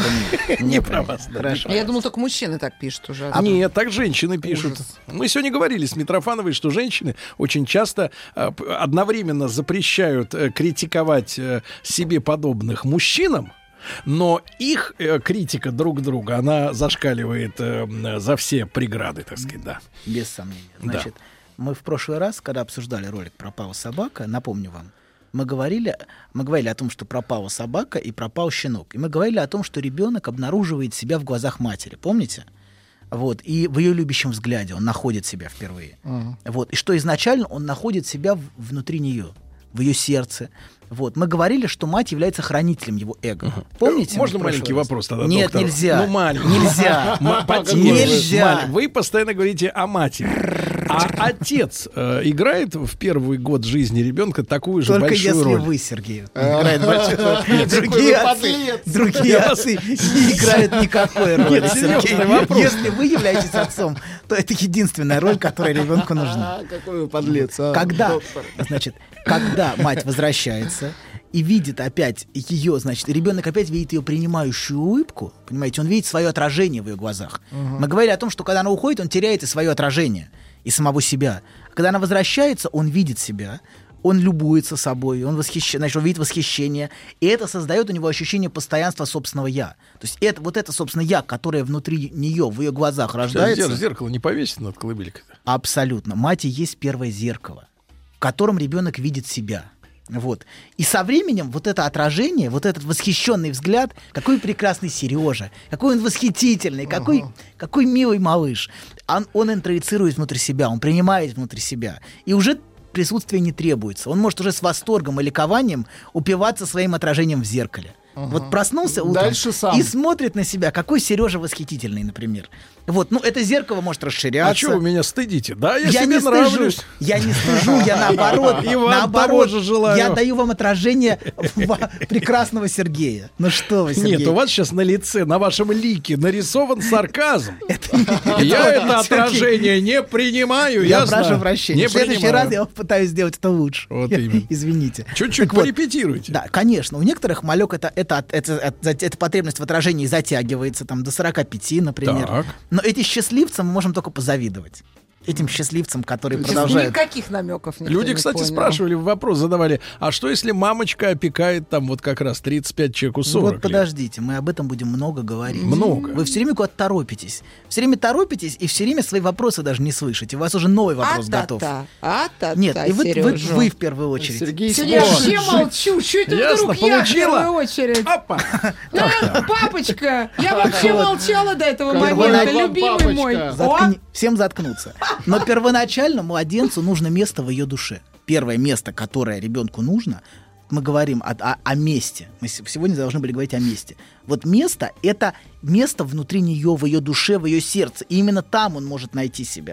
Speaker 5: Не про вас.
Speaker 6: Хорошо.
Speaker 7: Я думал, только мужчины так пишут уже.
Speaker 5: А нет, так женщины пишут.
Speaker 7: Ужас.
Speaker 5: Мы сегодня говорили с Митрофановой, что женщины очень часто а, п- одновременно запрещают э, критиковать э, себе подобных мужчинам, но их э, критика друг друга, она зашкаливает э, за все преграды, так сказать, да.
Speaker 6: Без сомнения.
Speaker 5: Да.
Speaker 6: Значит, мы в прошлый раз, когда обсуждали ролик «Пропала собака», напомню вам, мы говорили, мы говорили о том, что пропала собака и пропал щенок. И мы говорили о том, что ребенок обнаруживает себя в глазах матери. Помните? Вот. И в ее любящем взгляде он находит себя впервые. Uh-huh. Вот. И что изначально он находит себя в, внутри нее, в ее сердце. Вот. Мы говорили, что мать является хранителем его эго. Uh-huh. Помните?
Speaker 5: Можно
Speaker 6: в
Speaker 5: маленький
Speaker 6: раз?
Speaker 5: вопрос тогда,
Speaker 6: Нет,
Speaker 5: доктор?
Speaker 6: нельзя.
Speaker 5: Ну, маленький.
Speaker 6: Нельзя.
Speaker 5: М- потише.
Speaker 6: Нельзя.
Speaker 5: Маль- Вы постоянно говорите о матери. А отец э, играет в первый год жизни ребенка такую же
Speaker 6: Только
Speaker 5: большую
Speaker 6: если
Speaker 5: роль?
Speaker 6: вы, Сергей, играет большую роль. Другие
Speaker 8: вы
Speaker 6: отцы,
Speaker 8: подлец.
Speaker 6: другие отцы не играют никакой роли,
Speaker 5: Нет, серьезный
Speaker 6: Сергей.
Speaker 5: вопрос.
Speaker 6: Если вы являетесь отцом, то это единственная роль, которая ребенку нужна.
Speaker 8: А, какой вы подлец, а,
Speaker 6: Когда,
Speaker 8: доктор.
Speaker 6: значит, когда мать возвращается и видит опять ее, значит, ребенок опять видит ее принимающую улыбку, понимаете, он видит свое отражение в ее глазах. Мы говорили о том, что когда она уходит, он теряет и свое отражение, и самого себя. А когда она возвращается, он видит себя, он любуется собой, он, восхищ... значит, он видит восхищение, и это создает у него ощущение постоянства собственного «я». То есть это, вот это, собственно, «я», которое внутри нее, в ее глазах рождается...
Speaker 5: Зер- Зеркало не повесить над колыбелькой?
Speaker 6: Абсолютно. Мать и есть первое зеркало, в котором ребенок видит себя. Вот. И со временем вот это отражение, вот этот восхищенный взгляд, какой прекрасный Сережа, какой он восхитительный, какой, uh-huh. какой милый малыш. Он, он интроицирует внутрь себя, он принимает внутрь себя. И уже присутствие не требуется. Он может уже с восторгом и ликованием упиваться своим отражением в зеркале. Uh-huh. Вот проснулся утром
Speaker 8: Дальше сам.
Speaker 6: и смотрит на себя, какой Сережа восхитительный, например. Вот, ну это зеркало может расширяться.
Speaker 5: А что вы меня стыдите? Да, я,
Speaker 6: Я
Speaker 5: себе
Speaker 6: не
Speaker 5: нравлюсь.
Speaker 6: стыжусь. Я не стыжу, я наоборот.
Speaker 5: И вам
Speaker 6: наоборот,
Speaker 5: того же желаю.
Speaker 6: Я даю вам отражение прекрасного Сергея. Ну что вы, Сергей?
Speaker 5: Нет, у вас сейчас на лице, на вашем лике нарисован сарказм. Я это отражение не принимаю,
Speaker 6: Я
Speaker 5: ясно?
Speaker 6: прошу прощения.
Speaker 5: Не
Speaker 6: В следующий
Speaker 5: принимаю.
Speaker 6: раз я попытаюсь сделать это лучше.
Speaker 5: Вот именно.
Speaker 6: Извините.
Speaker 5: Чуть-чуть
Speaker 6: Так вот,
Speaker 5: порепетируйте.
Speaker 6: Да, конечно. У некоторых малек это, это, это, это, это потребность в отражении затягивается там, до сорока пяти, например.
Speaker 5: Так.
Speaker 6: Но эти счастливцам мы можем только позавидовать. Этим счастливцам, которые
Speaker 7: Здесь
Speaker 6: продолжают...
Speaker 7: никаких намеков никто
Speaker 5: Люди,
Speaker 7: не
Speaker 5: кстати,
Speaker 7: понял.
Speaker 5: спрашивали, вопрос задавали, а что если мамочка опекает там вот как раз тридцать пять, человеку сорок
Speaker 6: Вот
Speaker 5: лет?
Speaker 6: подождите, мы об этом будем много говорить.
Speaker 5: Много.
Speaker 6: Вы все время куда-то торопитесь. Все время торопитесь и все время свои вопросы даже не слышите. У вас уже новый вопрос готов.
Speaker 7: А-та-та, а-та-та,
Speaker 6: Нет, и вы, вы,
Speaker 7: Серёжа.
Speaker 6: вы в первую очередь.
Speaker 8: Сергей
Speaker 7: Сегодня я
Speaker 8: сможет
Speaker 7: вообще
Speaker 8: жить.
Speaker 7: молчу. Что это
Speaker 5: Ясно,
Speaker 7: вдруг я в
Speaker 5: получила?
Speaker 7: первую очередь?
Speaker 5: Опа!
Speaker 7: А, папочка, я вообще молчала до этого
Speaker 8: Как
Speaker 7: момента,
Speaker 8: вам
Speaker 7: любимый
Speaker 8: папочка?
Speaker 7: мой.
Speaker 6: Заткни-
Speaker 7: О,
Speaker 6: Всем заткнуться. Но первоначально младенцу нужно место в ее душе. Первое место, которое ребенку нужно, мы говорим о, о- о месте. Мы с- сегодня должны были говорить о месте. Вот место — это место внутри нее, в ее душе, в ее сердце. И именно там он может найти себя. В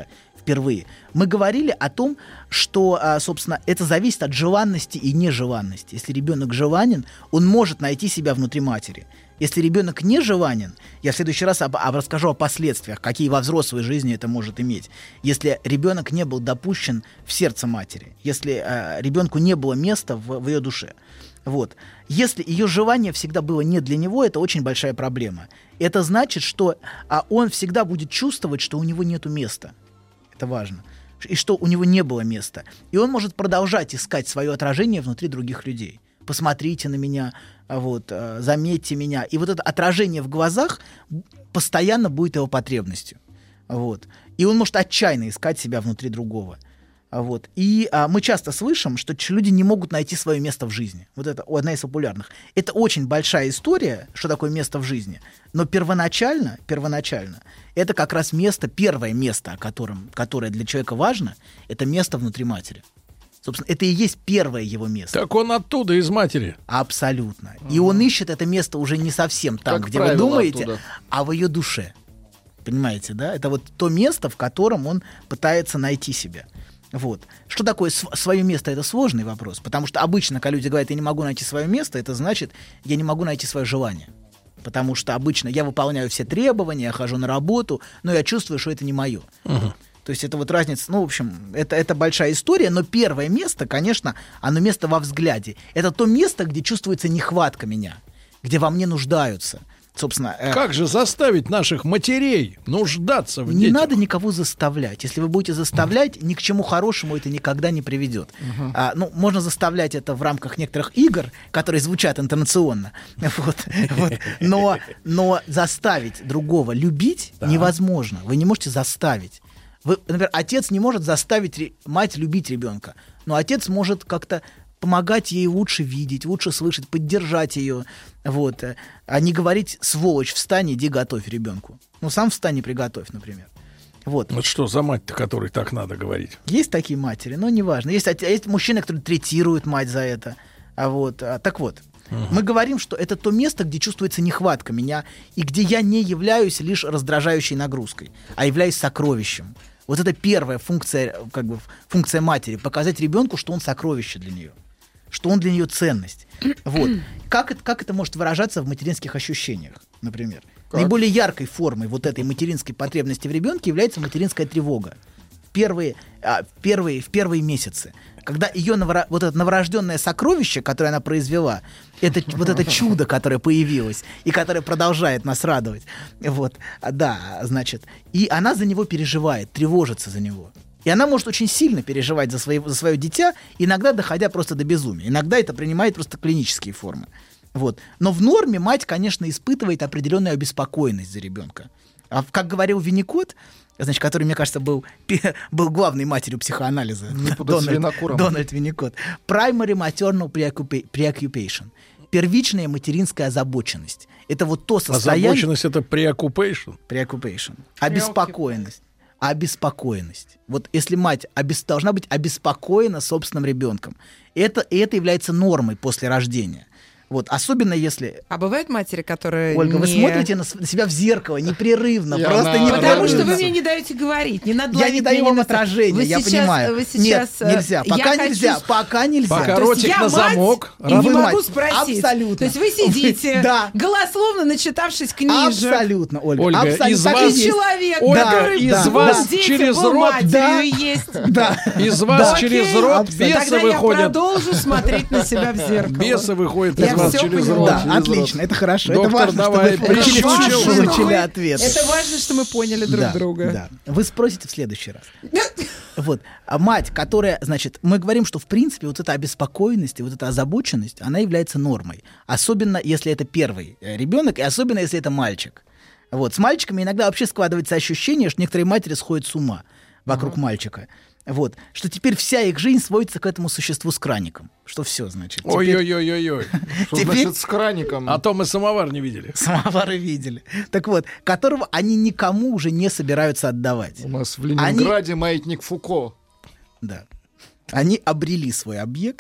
Speaker 6: впервые. Мы говорили о том, что, а, собственно, это зависит от желанности и нежеланности. Если ребенок желанен, он может найти себя внутри матери. Если ребенок не желанен, я в следующий раз об, об, расскажу о последствиях, какие во взрослой жизни это может иметь. Если ребенок не был допущен в сердце матери, если а, ребенку не было места в, в ее душе. Вот. Если ее желание всегда было не для него, это очень большая проблема. Это значит, что а, он всегда будет чувствовать, что у него нету места. Это важно. И что у него не было места. И он может продолжать искать свое отражение внутри других людей. Посмотрите на меня, вот, заметьте меня. И вот это отражение в глазах постоянно будет его потребностью. Вот. И он может отчаянно искать себя внутри другого. Вот. И а, мы часто слышим, что люди не могут найти свое место в жизни. Вот это одна из популярных. Это очень большая история, что такое место в жизни. Но первоначально, первоначально это как раз место, первое место, о котором, которое для человека важно, это место внутри матери. Собственно, это и есть первое его место.
Speaker 5: Так он оттуда, из матери.
Speaker 6: Абсолютно. А-а-а. И он ищет это место уже не совсем там, как где вы думаете, оттуда. А в ее душе. Понимаете, да? Это вот то место, в котором он пытается найти себя. Вот. Что такое св- свое место? Это сложный вопрос, потому что обычно, когда люди говорят, я не могу найти свое место, это значит, я не могу найти свое желание. Потому что обычно я выполняю все требования, я хожу на работу, но я чувствую, что это не мое. Uh-huh. То есть это вот разница, ну, в общем, это, это большая история, но первое место, конечно, оно место во взгляде. Это то место, где чувствуется нехватка меня, где во мне нуждаются. Собственно, э...
Speaker 5: как же заставить наших матерей нуждаться в
Speaker 6: не
Speaker 5: детях?
Speaker 6: Не надо никого заставлять. Если вы будете заставлять, ни к чему хорошему это никогда не приведет. Uh-huh. А, ну, можно заставлять это в рамках некоторых игр, которые звучат интонационно. Вот, вот. Но, но заставить другого любить да. невозможно. Вы не можете заставить. Вы, например, отец не может заставить ре- мать любить ребенка, но отец может как-то помогать ей лучше видеть, лучше слышать, поддержать ее, вот, а не говорить: сволочь, встань, иди готовь ребенку. Ну, сам встань и приготовь, например. Вот.
Speaker 5: Вот что за мать-то, которой так надо говорить?
Speaker 6: Есть такие матери, но неважно. Есть, есть мужчины, которые третируют мать за это. А вот, а, так вот, uh-huh. мы говорим, что это то место, где чувствуется нехватка меня, и где я не являюсь лишь раздражающей нагрузкой, а являюсь сокровищем. Вот это первая функция, как бы, функция матери — показать ребенку, что он сокровище для нее, что он для нее ценность. Вот. Как это, как это может выражаться в материнских ощущениях, например? Как? Наиболее яркой формой вот этой материнской потребности в ребенке является материнская тревога. В первые, а, в первые, в первые месяцы. Когда ее новора... вот это новорожденное сокровище, которое она произвела, это, вот это чудо, которое появилось и которое продолжает нас радовать, вот, да, значит, и она за него переживает, тревожится за него. И она может очень сильно переживать за, свои, за свое дитя, иногда доходя просто до безумия. Иногда это принимает просто клинические формы. Вот. Но в норме мать, конечно, испытывает определенную обеспокоенность за ребенка. А как говорил Винникот, значит, который, мне кажется, был, был главной матерью психоанализа, Дональд, Дональд Винникот, primary maternal preoccupation, первичная материнская озабоченность. Это вот то состояние...
Speaker 5: Озабоченность — это preoccupation?
Speaker 6: Preoccupation. Обеспокоенность. Обеспокоенность. Вот если мать обес... должна быть обеспокоена собственным ребенком, это, это является нормой после рождения. Вот, особенно если...
Speaker 7: А бывают матери, которые
Speaker 6: Ольга,
Speaker 7: не...
Speaker 6: вы смотрите на, на себя в зеркало непрерывно,
Speaker 8: Я
Speaker 6: просто
Speaker 8: на...
Speaker 6: непрерывно.
Speaker 7: Потому что вы мне не даете говорить, не надо
Speaker 6: Я не даю вам отражения,
Speaker 7: вы
Speaker 6: я
Speaker 7: сейчас,
Speaker 6: понимаю.
Speaker 7: Вы сейчас...
Speaker 6: Нет, нельзя, пока
Speaker 7: я
Speaker 6: нельзя,
Speaker 7: хочу...
Speaker 6: пока нельзя.
Speaker 5: Пока
Speaker 7: То
Speaker 5: ротик
Speaker 7: есть я
Speaker 5: на
Speaker 7: мать,
Speaker 5: замок.
Speaker 7: И не
Speaker 6: Вы
Speaker 7: могу
Speaker 6: мать.
Speaker 7: спросить.
Speaker 6: Абсолютно.
Speaker 7: То есть вы сидите,
Speaker 6: Да.
Speaker 7: голословно начитавшись книжек.
Speaker 6: Абсолютно, Ольга.
Speaker 5: Ольга,
Speaker 6: абсолютно.
Speaker 5: из
Speaker 6: Так и
Speaker 5: вас-
Speaker 6: есть.
Speaker 7: Человек,
Speaker 5: Ольга,
Speaker 7: который
Speaker 5: из
Speaker 7: был
Speaker 5: вас
Speaker 7: детям,
Speaker 5: через
Speaker 7: был
Speaker 5: рот,
Speaker 7: матерью
Speaker 6: да.
Speaker 7: и есть.
Speaker 6: Да.
Speaker 5: Из вас
Speaker 7: Окей.
Speaker 5: через рот
Speaker 6: Абсолютно.
Speaker 5: бесы
Speaker 7: Тогда я
Speaker 5: выходят.
Speaker 7: продолжу смотреть на себя в зеркало.
Speaker 5: Бесы выходят
Speaker 7: Я
Speaker 5: из вас
Speaker 7: всё
Speaker 5: через
Speaker 7: поняла.
Speaker 5: рот.
Speaker 6: Да,
Speaker 5: через рот.
Speaker 6: отлично, это хорошо.
Speaker 5: Доктор,
Speaker 6: это важно,
Speaker 5: давай,
Speaker 6: что вы получили,
Speaker 5: прищучил.
Speaker 6: получили ответ.
Speaker 7: Это важно, что мы поняли друг
Speaker 6: да,
Speaker 7: друга.
Speaker 6: Да. Вы спросите в следующий раз. Вот. А мать, которая, значит, мы говорим, что в принципе вот эта обеспокоенность и вот эта озабоченность, она является нормой. Особенно, если это первый ребенок, и особенно, если это мальчик. Вот. С мальчиками иногда вообще складывается ощущение, что некоторые матери сходят с ума вокруг uh-huh. мальчика. Вот. Что теперь вся их жизнь сводится к этому существу с краником. Что все, значит. Теперь...
Speaker 5: Ой-ой-ой-ой-ой.
Speaker 8: Что
Speaker 6: Теперь-
Speaker 8: значит с краником?
Speaker 5: А то мы самовар не видели.
Speaker 6: Самовары видели. Так вот, которого они никому уже не собираются отдавать.
Speaker 8: У нас в Ленинграде маятник Фуко.
Speaker 6: Да. Они обрели свой объект,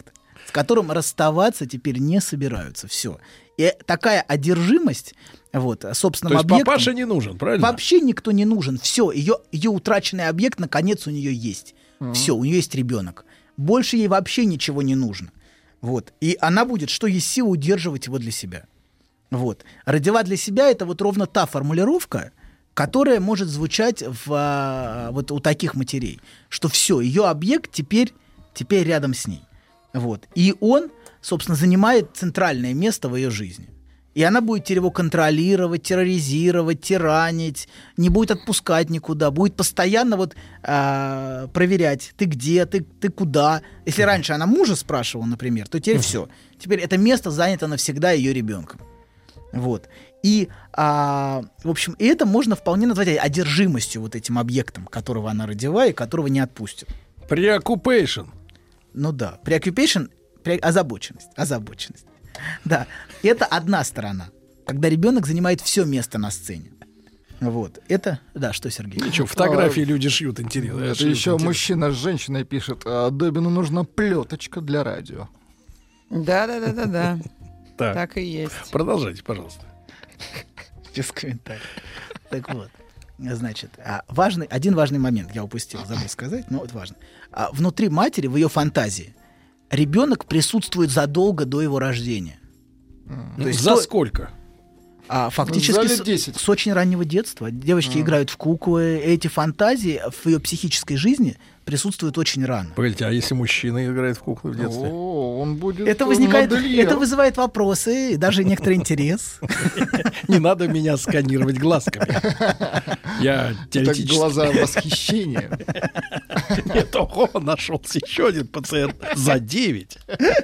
Speaker 6: с которым расставаться теперь не собираются. Все. И такая одержимость вот, собственным
Speaker 5: То есть
Speaker 6: объектом...
Speaker 5: папаша не нужен, правильно?
Speaker 6: Вообще никто не нужен. Все, ее, ее утраченный объект, наконец, у нее есть. Mm-hmm. Все, у нее есть ребенок. Больше ей вообще ничего не нужно. Вот. И она будет, что есть сила, удерживать его для себя. Вот. Родила для себя — это вот ровно та формулировка, которая может звучать в, а, вот у таких матерей, что все, ее объект теперь, теперь рядом с ней. Вот. И он, собственно, занимает центральное место в ее жизни. И она будет его контролировать, терроризировать, тиранить, не будет отпускать никуда, будет постоянно вот, э, проверять, ты где, ты, ты куда. Если раньше она мужа спрашивала, например, то теперь все. Теперь это место занято навсегда ее ребенком. Вот. И, а, в общем, и это можно вполне назвать одержимостью вот этим объектом, которого она родила и которого не отпустит.
Speaker 5: Preoccupation.
Speaker 6: Ну да, preoccupation, pre- озабоченность, озабоченность. Да, это одна сторона, когда ребенок занимает все место на сцене. Вот, это, да, что, Сергей?
Speaker 5: Ничего, фотографии люди шьют, интересно.
Speaker 8: Это
Speaker 5: шьют,
Speaker 8: еще
Speaker 5: интересно.
Speaker 8: мужчина с женщиной пишет: «А Добину нужна плеточка для радио».
Speaker 7: Да-да-да-да-да.
Speaker 5: Так,
Speaker 7: Так и есть.
Speaker 5: продолжайте, пожалуйста.
Speaker 6: Без комментариев. Так вот, значит, а, важный, один важный момент я упустил, забыл сказать, но это важно. А, внутри матери, в ее фантазии, ребенок присутствует задолго до его рождения.
Speaker 5: Ну,
Speaker 6: То есть
Speaker 5: за
Speaker 6: то-
Speaker 5: сколько?
Speaker 6: А фактически
Speaker 8: За лет
Speaker 6: с,
Speaker 8: десять.
Speaker 6: с очень раннего детства. Девочки
Speaker 8: А.
Speaker 6: играют в куклы. Эти фантазии в ее психической жизни присутствуют очень рано.
Speaker 5: Погодите, а если мужчина играет в куклы в детстве?
Speaker 8: О, он будет
Speaker 6: Это возникает,
Speaker 8: модельером.
Speaker 6: это вызывает вопросы, и даже некоторый интерес.
Speaker 5: Не надо меня сканировать глазками. Я
Speaker 8: Так
Speaker 5: теоретически...
Speaker 8: глаза восхищения.
Speaker 5: Нет, ого, нашелся еще один пациент за девять.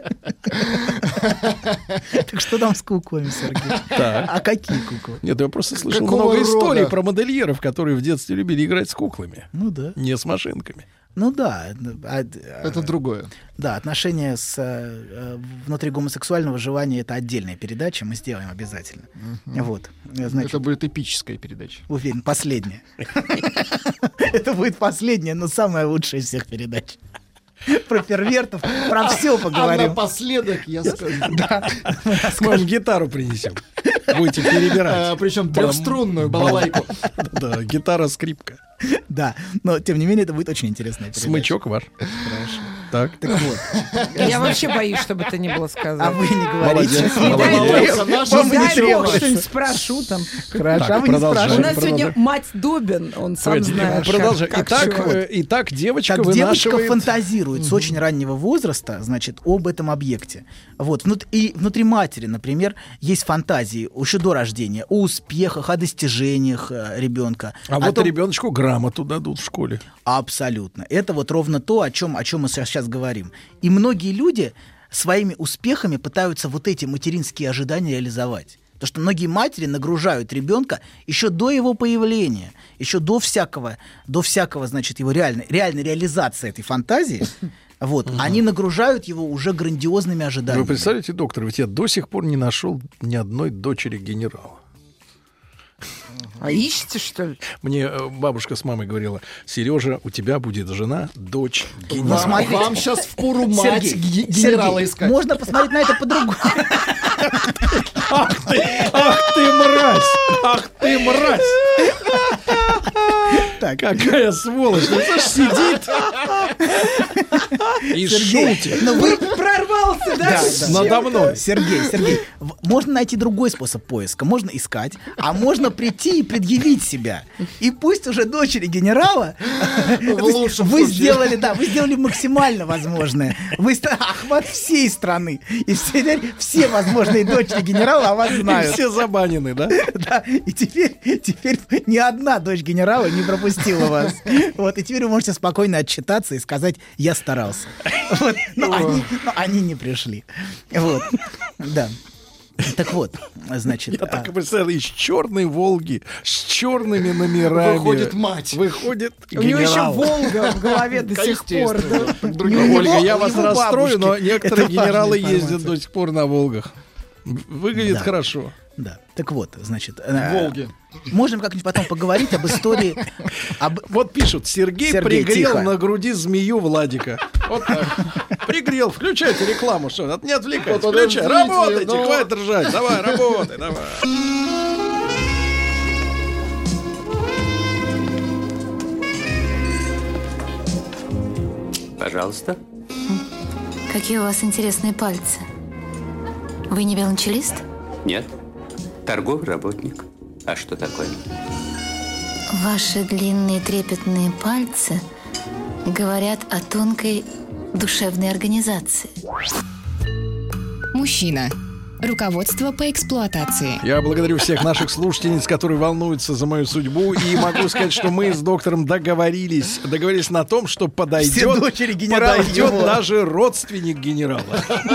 Speaker 6: Так что там с куклами, Сергей?
Speaker 5: Так.
Speaker 6: А какие куклы?
Speaker 5: Нет, я просто слышал
Speaker 8: Какого
Speaker 5: много
Speaker 8: рода?
Speaker 5: историй про модельеров, которые в детстве любили играть с куклами,
Speaker 6: Ну да.
Speaker 5: не с машинками.
Speaker 6: Ну да. а-
Speaker 8: Это другое.
Speaker 6: Да, отношения с э, э, внутри гомосексуального желания — это отдельная передача, мы сделаем обязательно. Вот. Значит,
Speaker 8: Это будет эпическая передача.
Speaker 6: уверен, последняя. Это будет последняя, но самая лучшая из всех передач. Про первертов, про все
Speaker 8: А
Speaker 6: поговорим.
Speaker 8: напоследок я скажу.
Speaker 5: Мы вам гитару принесем. Будете перебирать.
Speaker 8: Причем трехструнную балалайку.
Speaker 5: Да, гитара-скрипка.
Speaker 6: Да, но тем не менее это будет очень интересная передача.
Speaker 5: Смычок ваш.
Speaker 6: Хорошо.
Speaker 5: Так.
Speaker 6: Так вот.
Speaker 7: Я вообще боюсь, чтобы это не было
Speaker 6: А
Speaker 7: сказано.
Speaker 6: вы не говорите.
Speaker 5: Молодец,
Speaker 7: Не дай
Speaker 5: молодец.
Speaker 7: бог,
Speaker 8: Наша
Speaker 7: не
Speaker 6: Вам и не
Speaker 7: дай бог,
Speaker 6: требуется.
Speaker 7: что-нибудь спрошу там.
Speaker 6: Хорошо,
Speaker 5: Так,
Speaker 6: а вы не
Speaker 5: продолжаем.
Speaker 7: У
Speaker 6: спрашиваете.
Speaker 7: нас сегодня
Speaker 5: продолжай.
Speaker 7: мать Добин, он сам
Speaker 5: Погодите,
Speaker 7: знает.
Speaker 5: продолжай.
Speaker 7: как- как
Speaker 5: Итак,
Speaker 7: чего.
Speaker 5: э, итак, девочка
Speaker 6: Так девочка
Speaker 5: вынашивает...
Speaker 6: фантазирует с очень раннего возраста, значит, об этом объекте. Вот. Внут- И внутри матери, например, есть фантазии еще до рождения о успехах, о достижениях э, ребенка.
Speaker 5: А
Speaker 6: о
Speaker 5: вот
Speaker 6: том-
Speaker 5: ребеночку грамоту дадут в школе.
Speaker 6: Абсолютно. Это вот ровно то, о чем, о чем мы сейчас говорим. И многие люди своими успехами пытаются вот эти материнские ожидания реализовать. Потому что многие матери нагружают ребенка еще до его появления, еще до всякого, до всякого, значит, его реальной, реальной реализации этой фантазии. Вот, они нагружают его уже грандиозными ожиданиями.
Speaker 5: Вы представляете, доктор, ведь я до сих пор не нашел ни одной дочери генерала.
Speaker 7: А ищете, что ли?
Speaker 5: Мне э, бабушка с мамой говорила: Сережа, у тебя будет жена, дочь
Speaker 6: Ну,
Speaker 5: генерала.
Speaker 6: смотрите.
Speaker 8: Вам сейчас впору мать
Speaker 6: Сергей,
Speaker 8: ге- генерала
Speaker 6: Сергей,
Speaker 8: искать.
Speaker 6: можно посмотреть на это по-другому.
Speaker 5: Ах ты, ах ты мразь! Ах ты мразь!
Speaker 6: Так.
Speaker 5: Какая сволочь! Ну, слышь, сидит и
Speaker 6: Сергей,
Speaker 5: шутит
Speaker 6: но вы
Speaker 7: Прорвался, да?
Speaker 6: Да, да.
Speaker 5: надо мной.
Speaker 6: Сергей, Сергей, в- можно найти другой способ поиска. Можно искать, а можно прийти и предъявить себя. И пусть уже дочери генерала
Speaker 8: В лучшем
Speaker 6: вы
Speaker 8: случае.
Speaker 6: сделали, да, вы сделали максимально возможное. Вы ста- охват всей страны. И теперь все возможные дочери генерала о вас
Speaker 5: И
Speaker 6: знают.
Speaker 5: все забанены, да?
Speaker 6: Да, и теперь, теперь ни одна дочь генерала не пропустила вас. Вот, и теперь вы можете спокойно отчитаться и сказать: я старался. Вот, но, они, но они не пришли. Вот, да. Так вот, значит...
Speaker 5: Я так
Speaker 6: а,
Speaker 5: и представил, из черной Волги с черными номерами.
Speaker 8: Выходит мать.
Speaker 5: Выходит
Speaker 7: У него еще
Speaker 5: генерал.
Speaker 7: Волга в голове до сих пор. да.
Speaker 8: Естественно. Так
Speaker 6: у
Speaker 8: других
Speaker 6: него-
Speaker 5: Ольга, я
Speaker 6: у
Speaker 5: вас
Speaker 6: него
Speaker 5: расстрою, но
Speaker 6: бабушки.
Speaker 5: некоторые
Speaker 6: Это важная
Speaker 5: генералы ездят
Speaker 6: информация.
Speaker 5: до сих пор на Волгах. Выглядит
Speaker 6: Да.
Speaker 5: хорошо.
Speaker 6: Да, так вот, значит... э,
Speaker 8: Волги.
Speaker 6: Можем как-нибудь потом поговорить об истории... об-
Speaker 5: Вот пишут: Сергей,
Speaker 6: Сергей,
Speaker 5: пригрел
Speaker 6: тихо.
Speaker 5: на груди змею Владика. Вот так. Пригрел, включайте рекламу, что, не отвлекайтесь,
Speaker 8: Вот
Speaker 5: включай,
Speaker 8: подождите,
Speaker 5: работайте,
Speaker 8: ну.
Speaker 5: хватит ржать, давай, работай, давай.
Speaker 2: Пожалуйста.
Speaker 3: Какие у вас интересные пальцы. Вы не велончелист?
Speaker 2: Нет. Торговый работник. А что такое?
Speaker 3: Ваши длинные трепетные пальцы говорят о тонкой душевной организации.
Speaker 4: Мужчина. Руководство по эксплуатации.
Speaker 5: Я благодарю всех наших слушательниц, которые волнуются за мою судьбу. И могу сказать, что мы с доктором договорились, договорились на том, что
Speaker 6: Все
Speaker 5: подойдет,
Speaker 6: дочери генерала
Speaker 5: подойдет
Speaker 6: его.
Speaker 5: даже родственник генерала.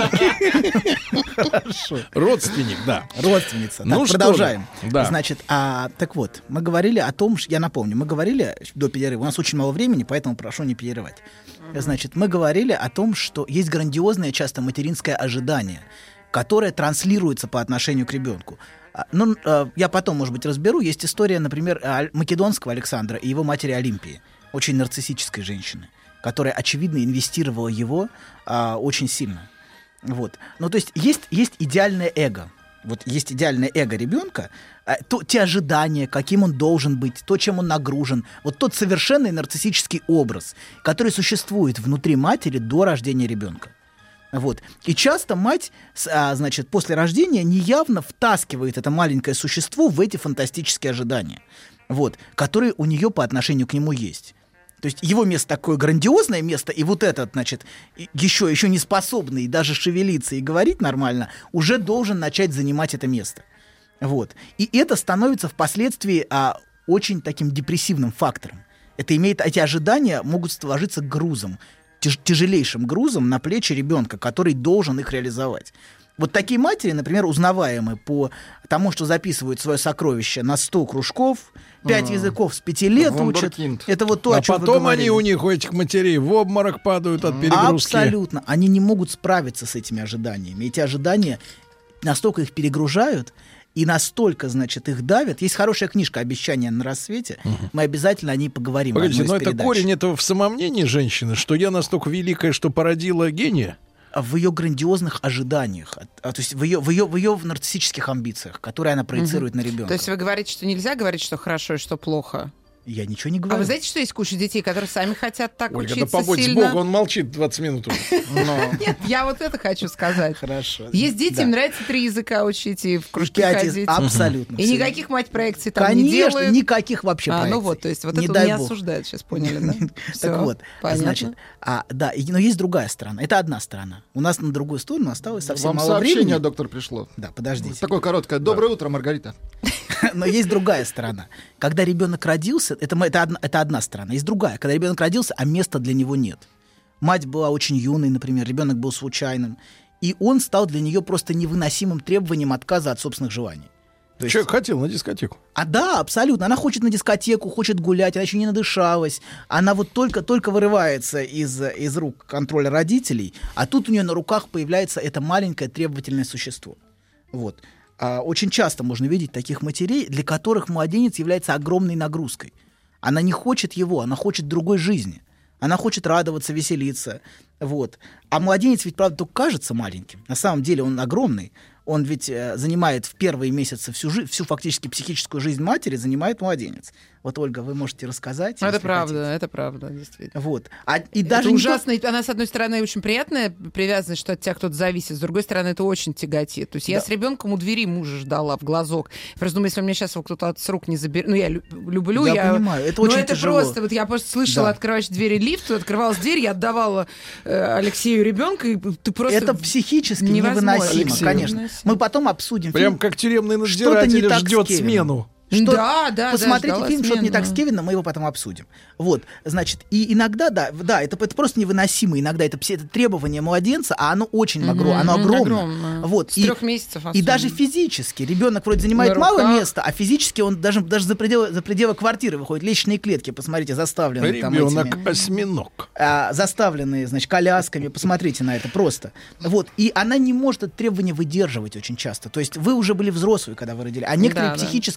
Speaker 6: Хорошо.
Speaker 5: Родственник, да.
Speaker 6: Родственница.
Speaker 5: Ну
Speaker 6: Так,
Speaker 5: что
Speaker 6: продолжаем.
Speaker 5: же, да.
Speaker 6: Значит, а, так вот, мы говорили о том, ш- я напомню, мы говорили до перерыва, у нас очень мало времени, поэтому прошу не перерывать. Значит, мы говорили о том, что есть грандиозное часто материнское ожидание, которое транслируется по отношению к ребенку. А, Ну, а, я потом, может быть, разберу. Есть история, например, Аль- македонского Александра и его матери Олимпии, очень нарциссической женщины, которая, очевидно, инвестировала в его а, очень сильно. Вот. Ну, то есть есть, есть идеальное эго. Вот есть идеальное эго ребенка, а, то, те ожидания, каким он должен быть, то, чем он нагружен, вот тот совершенный нарциссический образ, который существует внутри матери до рождения ребенка. Вот. И часто мать, с- а, значит, после рождения неявно втаскивает это маленькое существо в эти фантастические ожидания, вот, которые у нее по отношению к нему есть. То есть его место такое грандиозное место, и вот этот, значит, и- еще, еще не способный даже шевелиться и говорить нормально, уже должен начать занимать это место. Вот. И это становится впоследствии а, очень таким депрессивным фактором. Это имеет, эти ожидания могут сложиться грузом, тяж- тяжелейшим грузом на плечи ребенка, который должен их реализовать. Вот такие матери, например, узнаваемы по тому, что записывают свое сокровище на сто кружков, пять языков с пяти лет учат.
Speaker 8: Вундеркинд.
Speaker 6: Это вот то,
Speaker 5: А
Speaker 6: о чем вы
Speaker 5: потом
Speaker 6: говорили.
Speaker 5: они у них, у этих матерей, в обморок падают от перегрузки.
Speaker 6: Абсолютно. Они не могут справиться с этими ожиданиями. Эти ожидания настолько их перегружают и настолько, значит, их давят. Есть хорошая книжка «Обещания на рассвете». Мы обязательно о ней поговорим. в
Speaker 5: Погодите,
Speaker 6: одной
Speaker 5: но
Speaker 6: из
Speaker 5: это
Speaker 6: передач.
Speaker 5: корень этого в самомнении женщины, что я настолько великая, что породила гения.
Speaker 6: В ее грандиозных ожиданиях, а, а, то есть в ее, в ее, в ее нарциссических амбициях, которые она проецирует на ребенка.
Speaker 7: То есть вы говорите, что нельзя говорить, что хорошо и что плохо?
Speaker 6: Я ничего не
Speaker 7: А
Speaker 6: говорю.
Speaker 7: вы знаете, что есть куча детей, которые сами хотят так
Speaker 5: Ольга, да
Speaker 7: учиться
Speaker 5: побудь
Speaker 7: сильно?
Speaker 5: Богу, он молчит двадцать минут уже.
Speaker 7: Нет, я вот это хочу сказать.
Speaker 6: Хорошо.
Speaker 7: Есть дети,
Speaker 6: Да.
Speaker 7: им нравится три языка учить и в кружки
Speaker 6: Пять из-
Speaker 7: ходить.
Speaker 6: Абсолютно.
Speaker 7: И
Speaker 6: Все.
Speaker 7: никаких мать проекций там не
Speaker 6: Конечно,
Speaker 7: делают.
Speaker 6: никаких вообще
Speaker 7: А, ну
Speaker 6: проекций.
Speaker 7: вот, то есть вот
Speaker 6: Не
Speaker 7: это
Speaker 6: дай
Speaker 7: не
Speaker 6: бог.
Speaker 7: осуждают, сейчас поняли, да? Всё,
Speaker 6: Так вот,
Speaker 7: понятно.
Speaker 6: значит, а, да, и- но есть другая сторона. Это одна сторона. У нас на другую сторону осталось совсем
Speaker 8: Вам
Speaker 6: мало
Speaker 8: сообщение,
Speaker 6: времени.
Speaker 8: доктор, пришло.
Speaker 6: Да, подождите.
Speaker 8: Такое короткое. Доброе утро, Маргарита.
Speaker 6: Но есть другая сторона. Когда ребенок родился, это, м- это, одна, это одна сторона. Есть другая. Когда ребенок родился, а места для него нет. Мать была очень юной, например, ребенок был случайным. И он стал для нее просто невыносимым требованием отказа от собственных желаний. То есть-
Speaker 5: Человек хотел на дискотеку.
Speaker 6: А да, абсолютно. Она хочет на дискотеку, хочет гулять, она еще не надышалась. Она вот только-только вырывается из, из рук контроля родителей, а тут у нее на руках появляется это маленькое требовательное существо. Вот. А очень часто можно видеть таких матерей, для которых младенец является огромной нагрузкой. Она не хочет его, она хочет другой жизни. Она хочет радоваться, веселиться. Вот. А младенец ведь, правда, только кажется маленьким. На самом деле он огромный. Он ведь э, занимает в первые месяцы всю, жи- всю фактически психическую жизнь матери, занимает младенец. Вот, Ольга, вы можете рассказать.
Speaker 7: Это
Speaker 6: если
Speaker 7: правда,
Speaker 6: хотите.
Speaker 7: это правда, действительно.
Speaker 6: Вот. А, и
Speaker 7: Это
Speaker 6: даже не
Speaker 7: ужасно. И Она, с одной стороны, очень приятная привязанность, что от тебя кто-то зависит. С другой стороны, это очень тяготит. То есть я
Speaker 6: Да.
Speaker 7: с ребенком у двери мужа ждала в глазок. Я просто думаю, если у меня сейчас его кто-то от с рук не заберет. Ну, я лю- люблю.
Speaker 6: Я
Speaker 7: я
Speaker 6: понимаю, это
Speaker 7: Но
Speaker 6: очень
Speaker 7: это
Speaker 6: тяжело.
Speaker 7: просто. Вот я просто слышала,
Speaker 6: Да.
Speaker 7: открываешь двери лифта, открывалась дверь, я отдавала э, Алексею ребенка, и ты просто...
Speaker 6: Это психически
Speaker 7: невозможно.
Speaker 6: невыносимо,
Speaker 5: Алексей.
Speaker 6: конечно.
Speaker 7: Невыносимо.
Speaker 6: Мы потом обсудим
Speaker 5: Прям
Speaker 6: фильм.
Speaker 5: как тюремный
Speaker 6: Что-то не
Speaker 5: надзиратель
Speaker 6: так с
Speaker 5: ждет
Speaker 6: Кевином.
Speaker 5: смену.
Speaker 6: Что-
Speaker 7: Да, да,
Speaker 6: Посмотрите
Speaker 7: да, ждала
Speaker 6: фильм «Что-то не так с
Speaker 7: смену.
Speaker 6: Кевином», мы его потом обсудим. Вот, значит, и иногда, да, да, это, это просто невыносимо. Иногда это, все- это требование младенца, а оно очень
Speaker 7: Мгм,
Speaker 6: огро- оно
Speaker 7: мгм,
Speaker 6: огромное.
Speaker 7: огромное.
Speaker 6: Вот,
Speaker 7: С
Speaker 6: и,
Speaker 7: трех месяцев
Speaker 6: и
Speaker 7: особенно.
Speaker 6: даже физически. Ребенок вроде занимает
Speaker 7: На
Speaker 6: мало
Speaker 7: руках.
Speaker 6: места, а физически он даже, даже за, пределы, за пределы квартиры выходит. Личные клетки, посмотрите, заставленные там
Speaker 5: Ребенок
Speaker 6: этими...
Speaker 5: осьминог.
Speaker 6: а, заставленные, значит, колясками. Посмотрите на это просто. Вот. И она не может это требование выдерживать очень часто. То есть вы уже были взрослые, когда вы родили. А некоторые
Speaker 7: Да, да.
Speaker 6: психически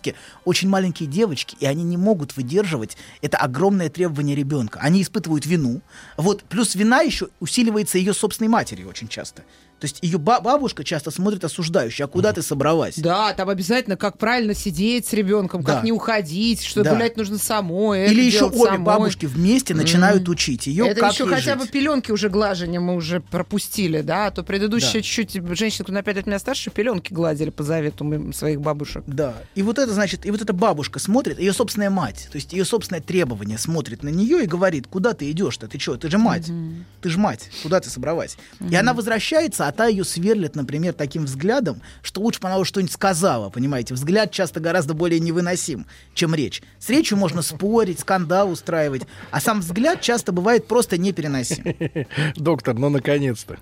Speaker 6: очень маленькие девочки, и они не могут выдерживать это огромное требование ребенка. Они испытывают вину. Вот, плюс вина еще усиливается ее собственной матерью очень часто. То есть ее ба- бабушка часто смотрит осуждающе, а куда mm. ты собралась?
Speaker 7: Да, там обязательно, как правильно сидеть с ребенком,
Speaker 6: да.
Speaker 7: как не уходить, что
Speaker 6: да.
Speaker 7: гулять нужно самой.
Speaker 6: Или еще обе
Speaker 7: самой.
Speaker 6: бабушки вместе начинают mm. учить ее,
Speaker 7: это
Speaker 6: как
Speaker 7: еще
Speaker 6: ей
Speaker 7: хотя
Speaker 6: жить.
Speaker 7: бы пеленки уже глажения мы уже пропустили, да, а то предыдущие
Speaker 6: Да.
Speaker 7: чуть-чуть женщины, кто на пять лет меня старше, пеленки гладили по завету мы- своих бабушек.
Speaker 6: Да. И вот это, значит, и вот эта бабушка смотрит, ее собственная мать, то есть ее собственное требование смотрит на нее и говорит: куда ты идешь-то? Ты что? Ты же мать. Mm-hmm. Ты же мать. Куда ты собралась? Mm-hmm. И она возвращается, а та ее сверлит, например, таким взглядом, что лучше бы она уже что-нибудь сказала, понимаете? Взгляд часто гораздо более невыносим, чем речь. С речью можно спорить, скандал устраивать, а сам взгляд часто бывает просто непереносим.
Speaker 5: Доктор, ну наконец-то.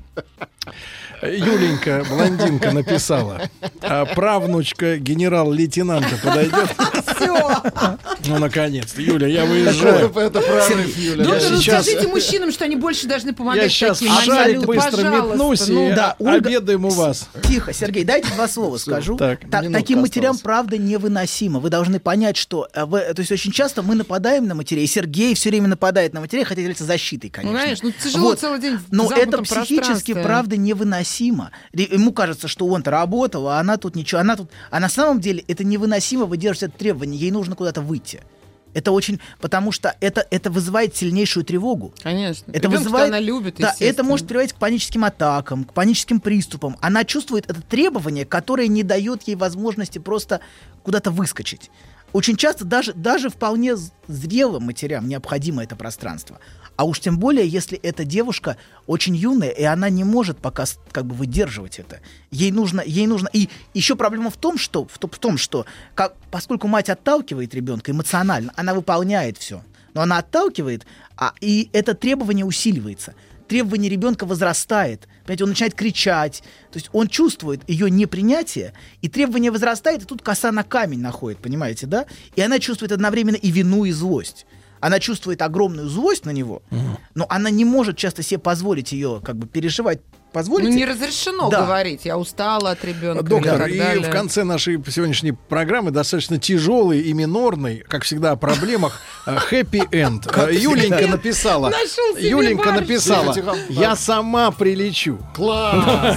Speaker 5: Юленька, блондинка, написала: а правнучка генерал-лейтенанта подойдет?
Speaker 7: Все.
Speaker 5: Ну, наконец-то. Юля, я выезжаю.
Speaker 8: Это, это прорыв, Юля.
Speaker 5: Я
Speaker 7: Доктор, ну
Speaker 5: сейчас-
Speaker 7: скажите мужчинам, что они больше должны
Speaker 5: Я
Speaker 7: помогать
Speaker 5: сейчас
Speaker 7: таким.
Speaker 5: в шарик
Speaker 7: абсолютно,
Speaker 5: быстро
Speaker 7: пожалуйста,
Speaker 5: метнусь
Speaker 7: ну,
Speaker 5: и
Speaker 6: да, Ольга-
Speaker 5: обедаем у вас.
Speaker 6: Тихо, Сергей, дайте два слова скажу.
Speaker 5: так,
Speaker 6: Та-
Speaker 8: минутка
Speaker 6: таким матерям,
Speaker 8: осталась.
Speaker 6: правда, невыносимо. Вы должны понять, что... э, вы- то есть очень часто мы нападаем на матерей, и Сергей все время нападает на матерей, хотя является защитой,
Speaker 7: Ну,
Speaker 6: конечно.
Speaker 7: знаешь, ну тяжело
Speaker 6: Вот.
Speaker 7: целый день в
Speaker 6: Но это
Speaker 7: замкнутом
Speaker 6: психически,
Speaker 7: пространстве.
Speaker 6: правда, невыносимо. Ре- Ему кажется, что он-то работал, а она тут ничего. Она тут... А на самом деле это невыносимо выдерживать это требование. Ей нужно куда-то выйти. Это очень... Потому что это, это вызывает сильнейшую тревогу.
Speaker 7: Конечно.
Speaker 6: Это
Speaker 7: Ребёнка-то
Speaker 6: вызывает...
Speaker 7: она любит,
Speaker 6: Да, это
Speaker 7: естественно.
Speaker 6: может приводить к паническим атакам, к паническим приступам. Она чувствует это требование, которое не дает ей возможности просто куда-то выскочить. Очень часто даже, даже вполне з- зрелым матерям необходимо это пространство. А уж тем более, если эта девушка очень юная, и она не может пока с- как бы выдерживать это. Ей нужно, ей нужно... И еще проблема в том, что, в, то- в том, что как, поскольку мать отталкивает ребенка эмоционально, она выполняет все. Но она отталкивает, а, и это требование усиливается. Требование ребенка возрастает. Понимаете, он начинает кричать. То есть он чувствует ее непринятие, и требование возрастает, и тут коса на камень находит, понимаете, да? И она чувствует одновременно и вину, и злость. Она чувствует огромную злость на него, угу. но она не может часто себе позволить ее как бы переживать. Позволите?
Speaker 7: Ну, не разрешено
Speaker 6: Да.
Speaker 7: говорить, я устала от ребенка.
Speaker 5: Доктор,
Speaker 7: или
Speaker 5: и
Speaker 7: так далее.
Speaker 5: в конце нашей сегодняшней программы достаточно тяжелый и минорный, как всегда, о проблемах, хэппи-энд. Юленька написала,
Speaker 7: Нашел себе
Speaker 5: Юленька
Speaker 7: барышню.
Speaker 5: написала:
Speaker 8: Тихо, тихо.
Speaker 5: я сама прилечу.
Speaker 8: Класс!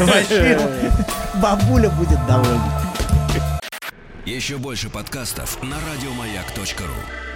Speaker 6: Бабуля будет довольна.
Speaker 1: Еще больше подкастов на радиомаяк точка ру.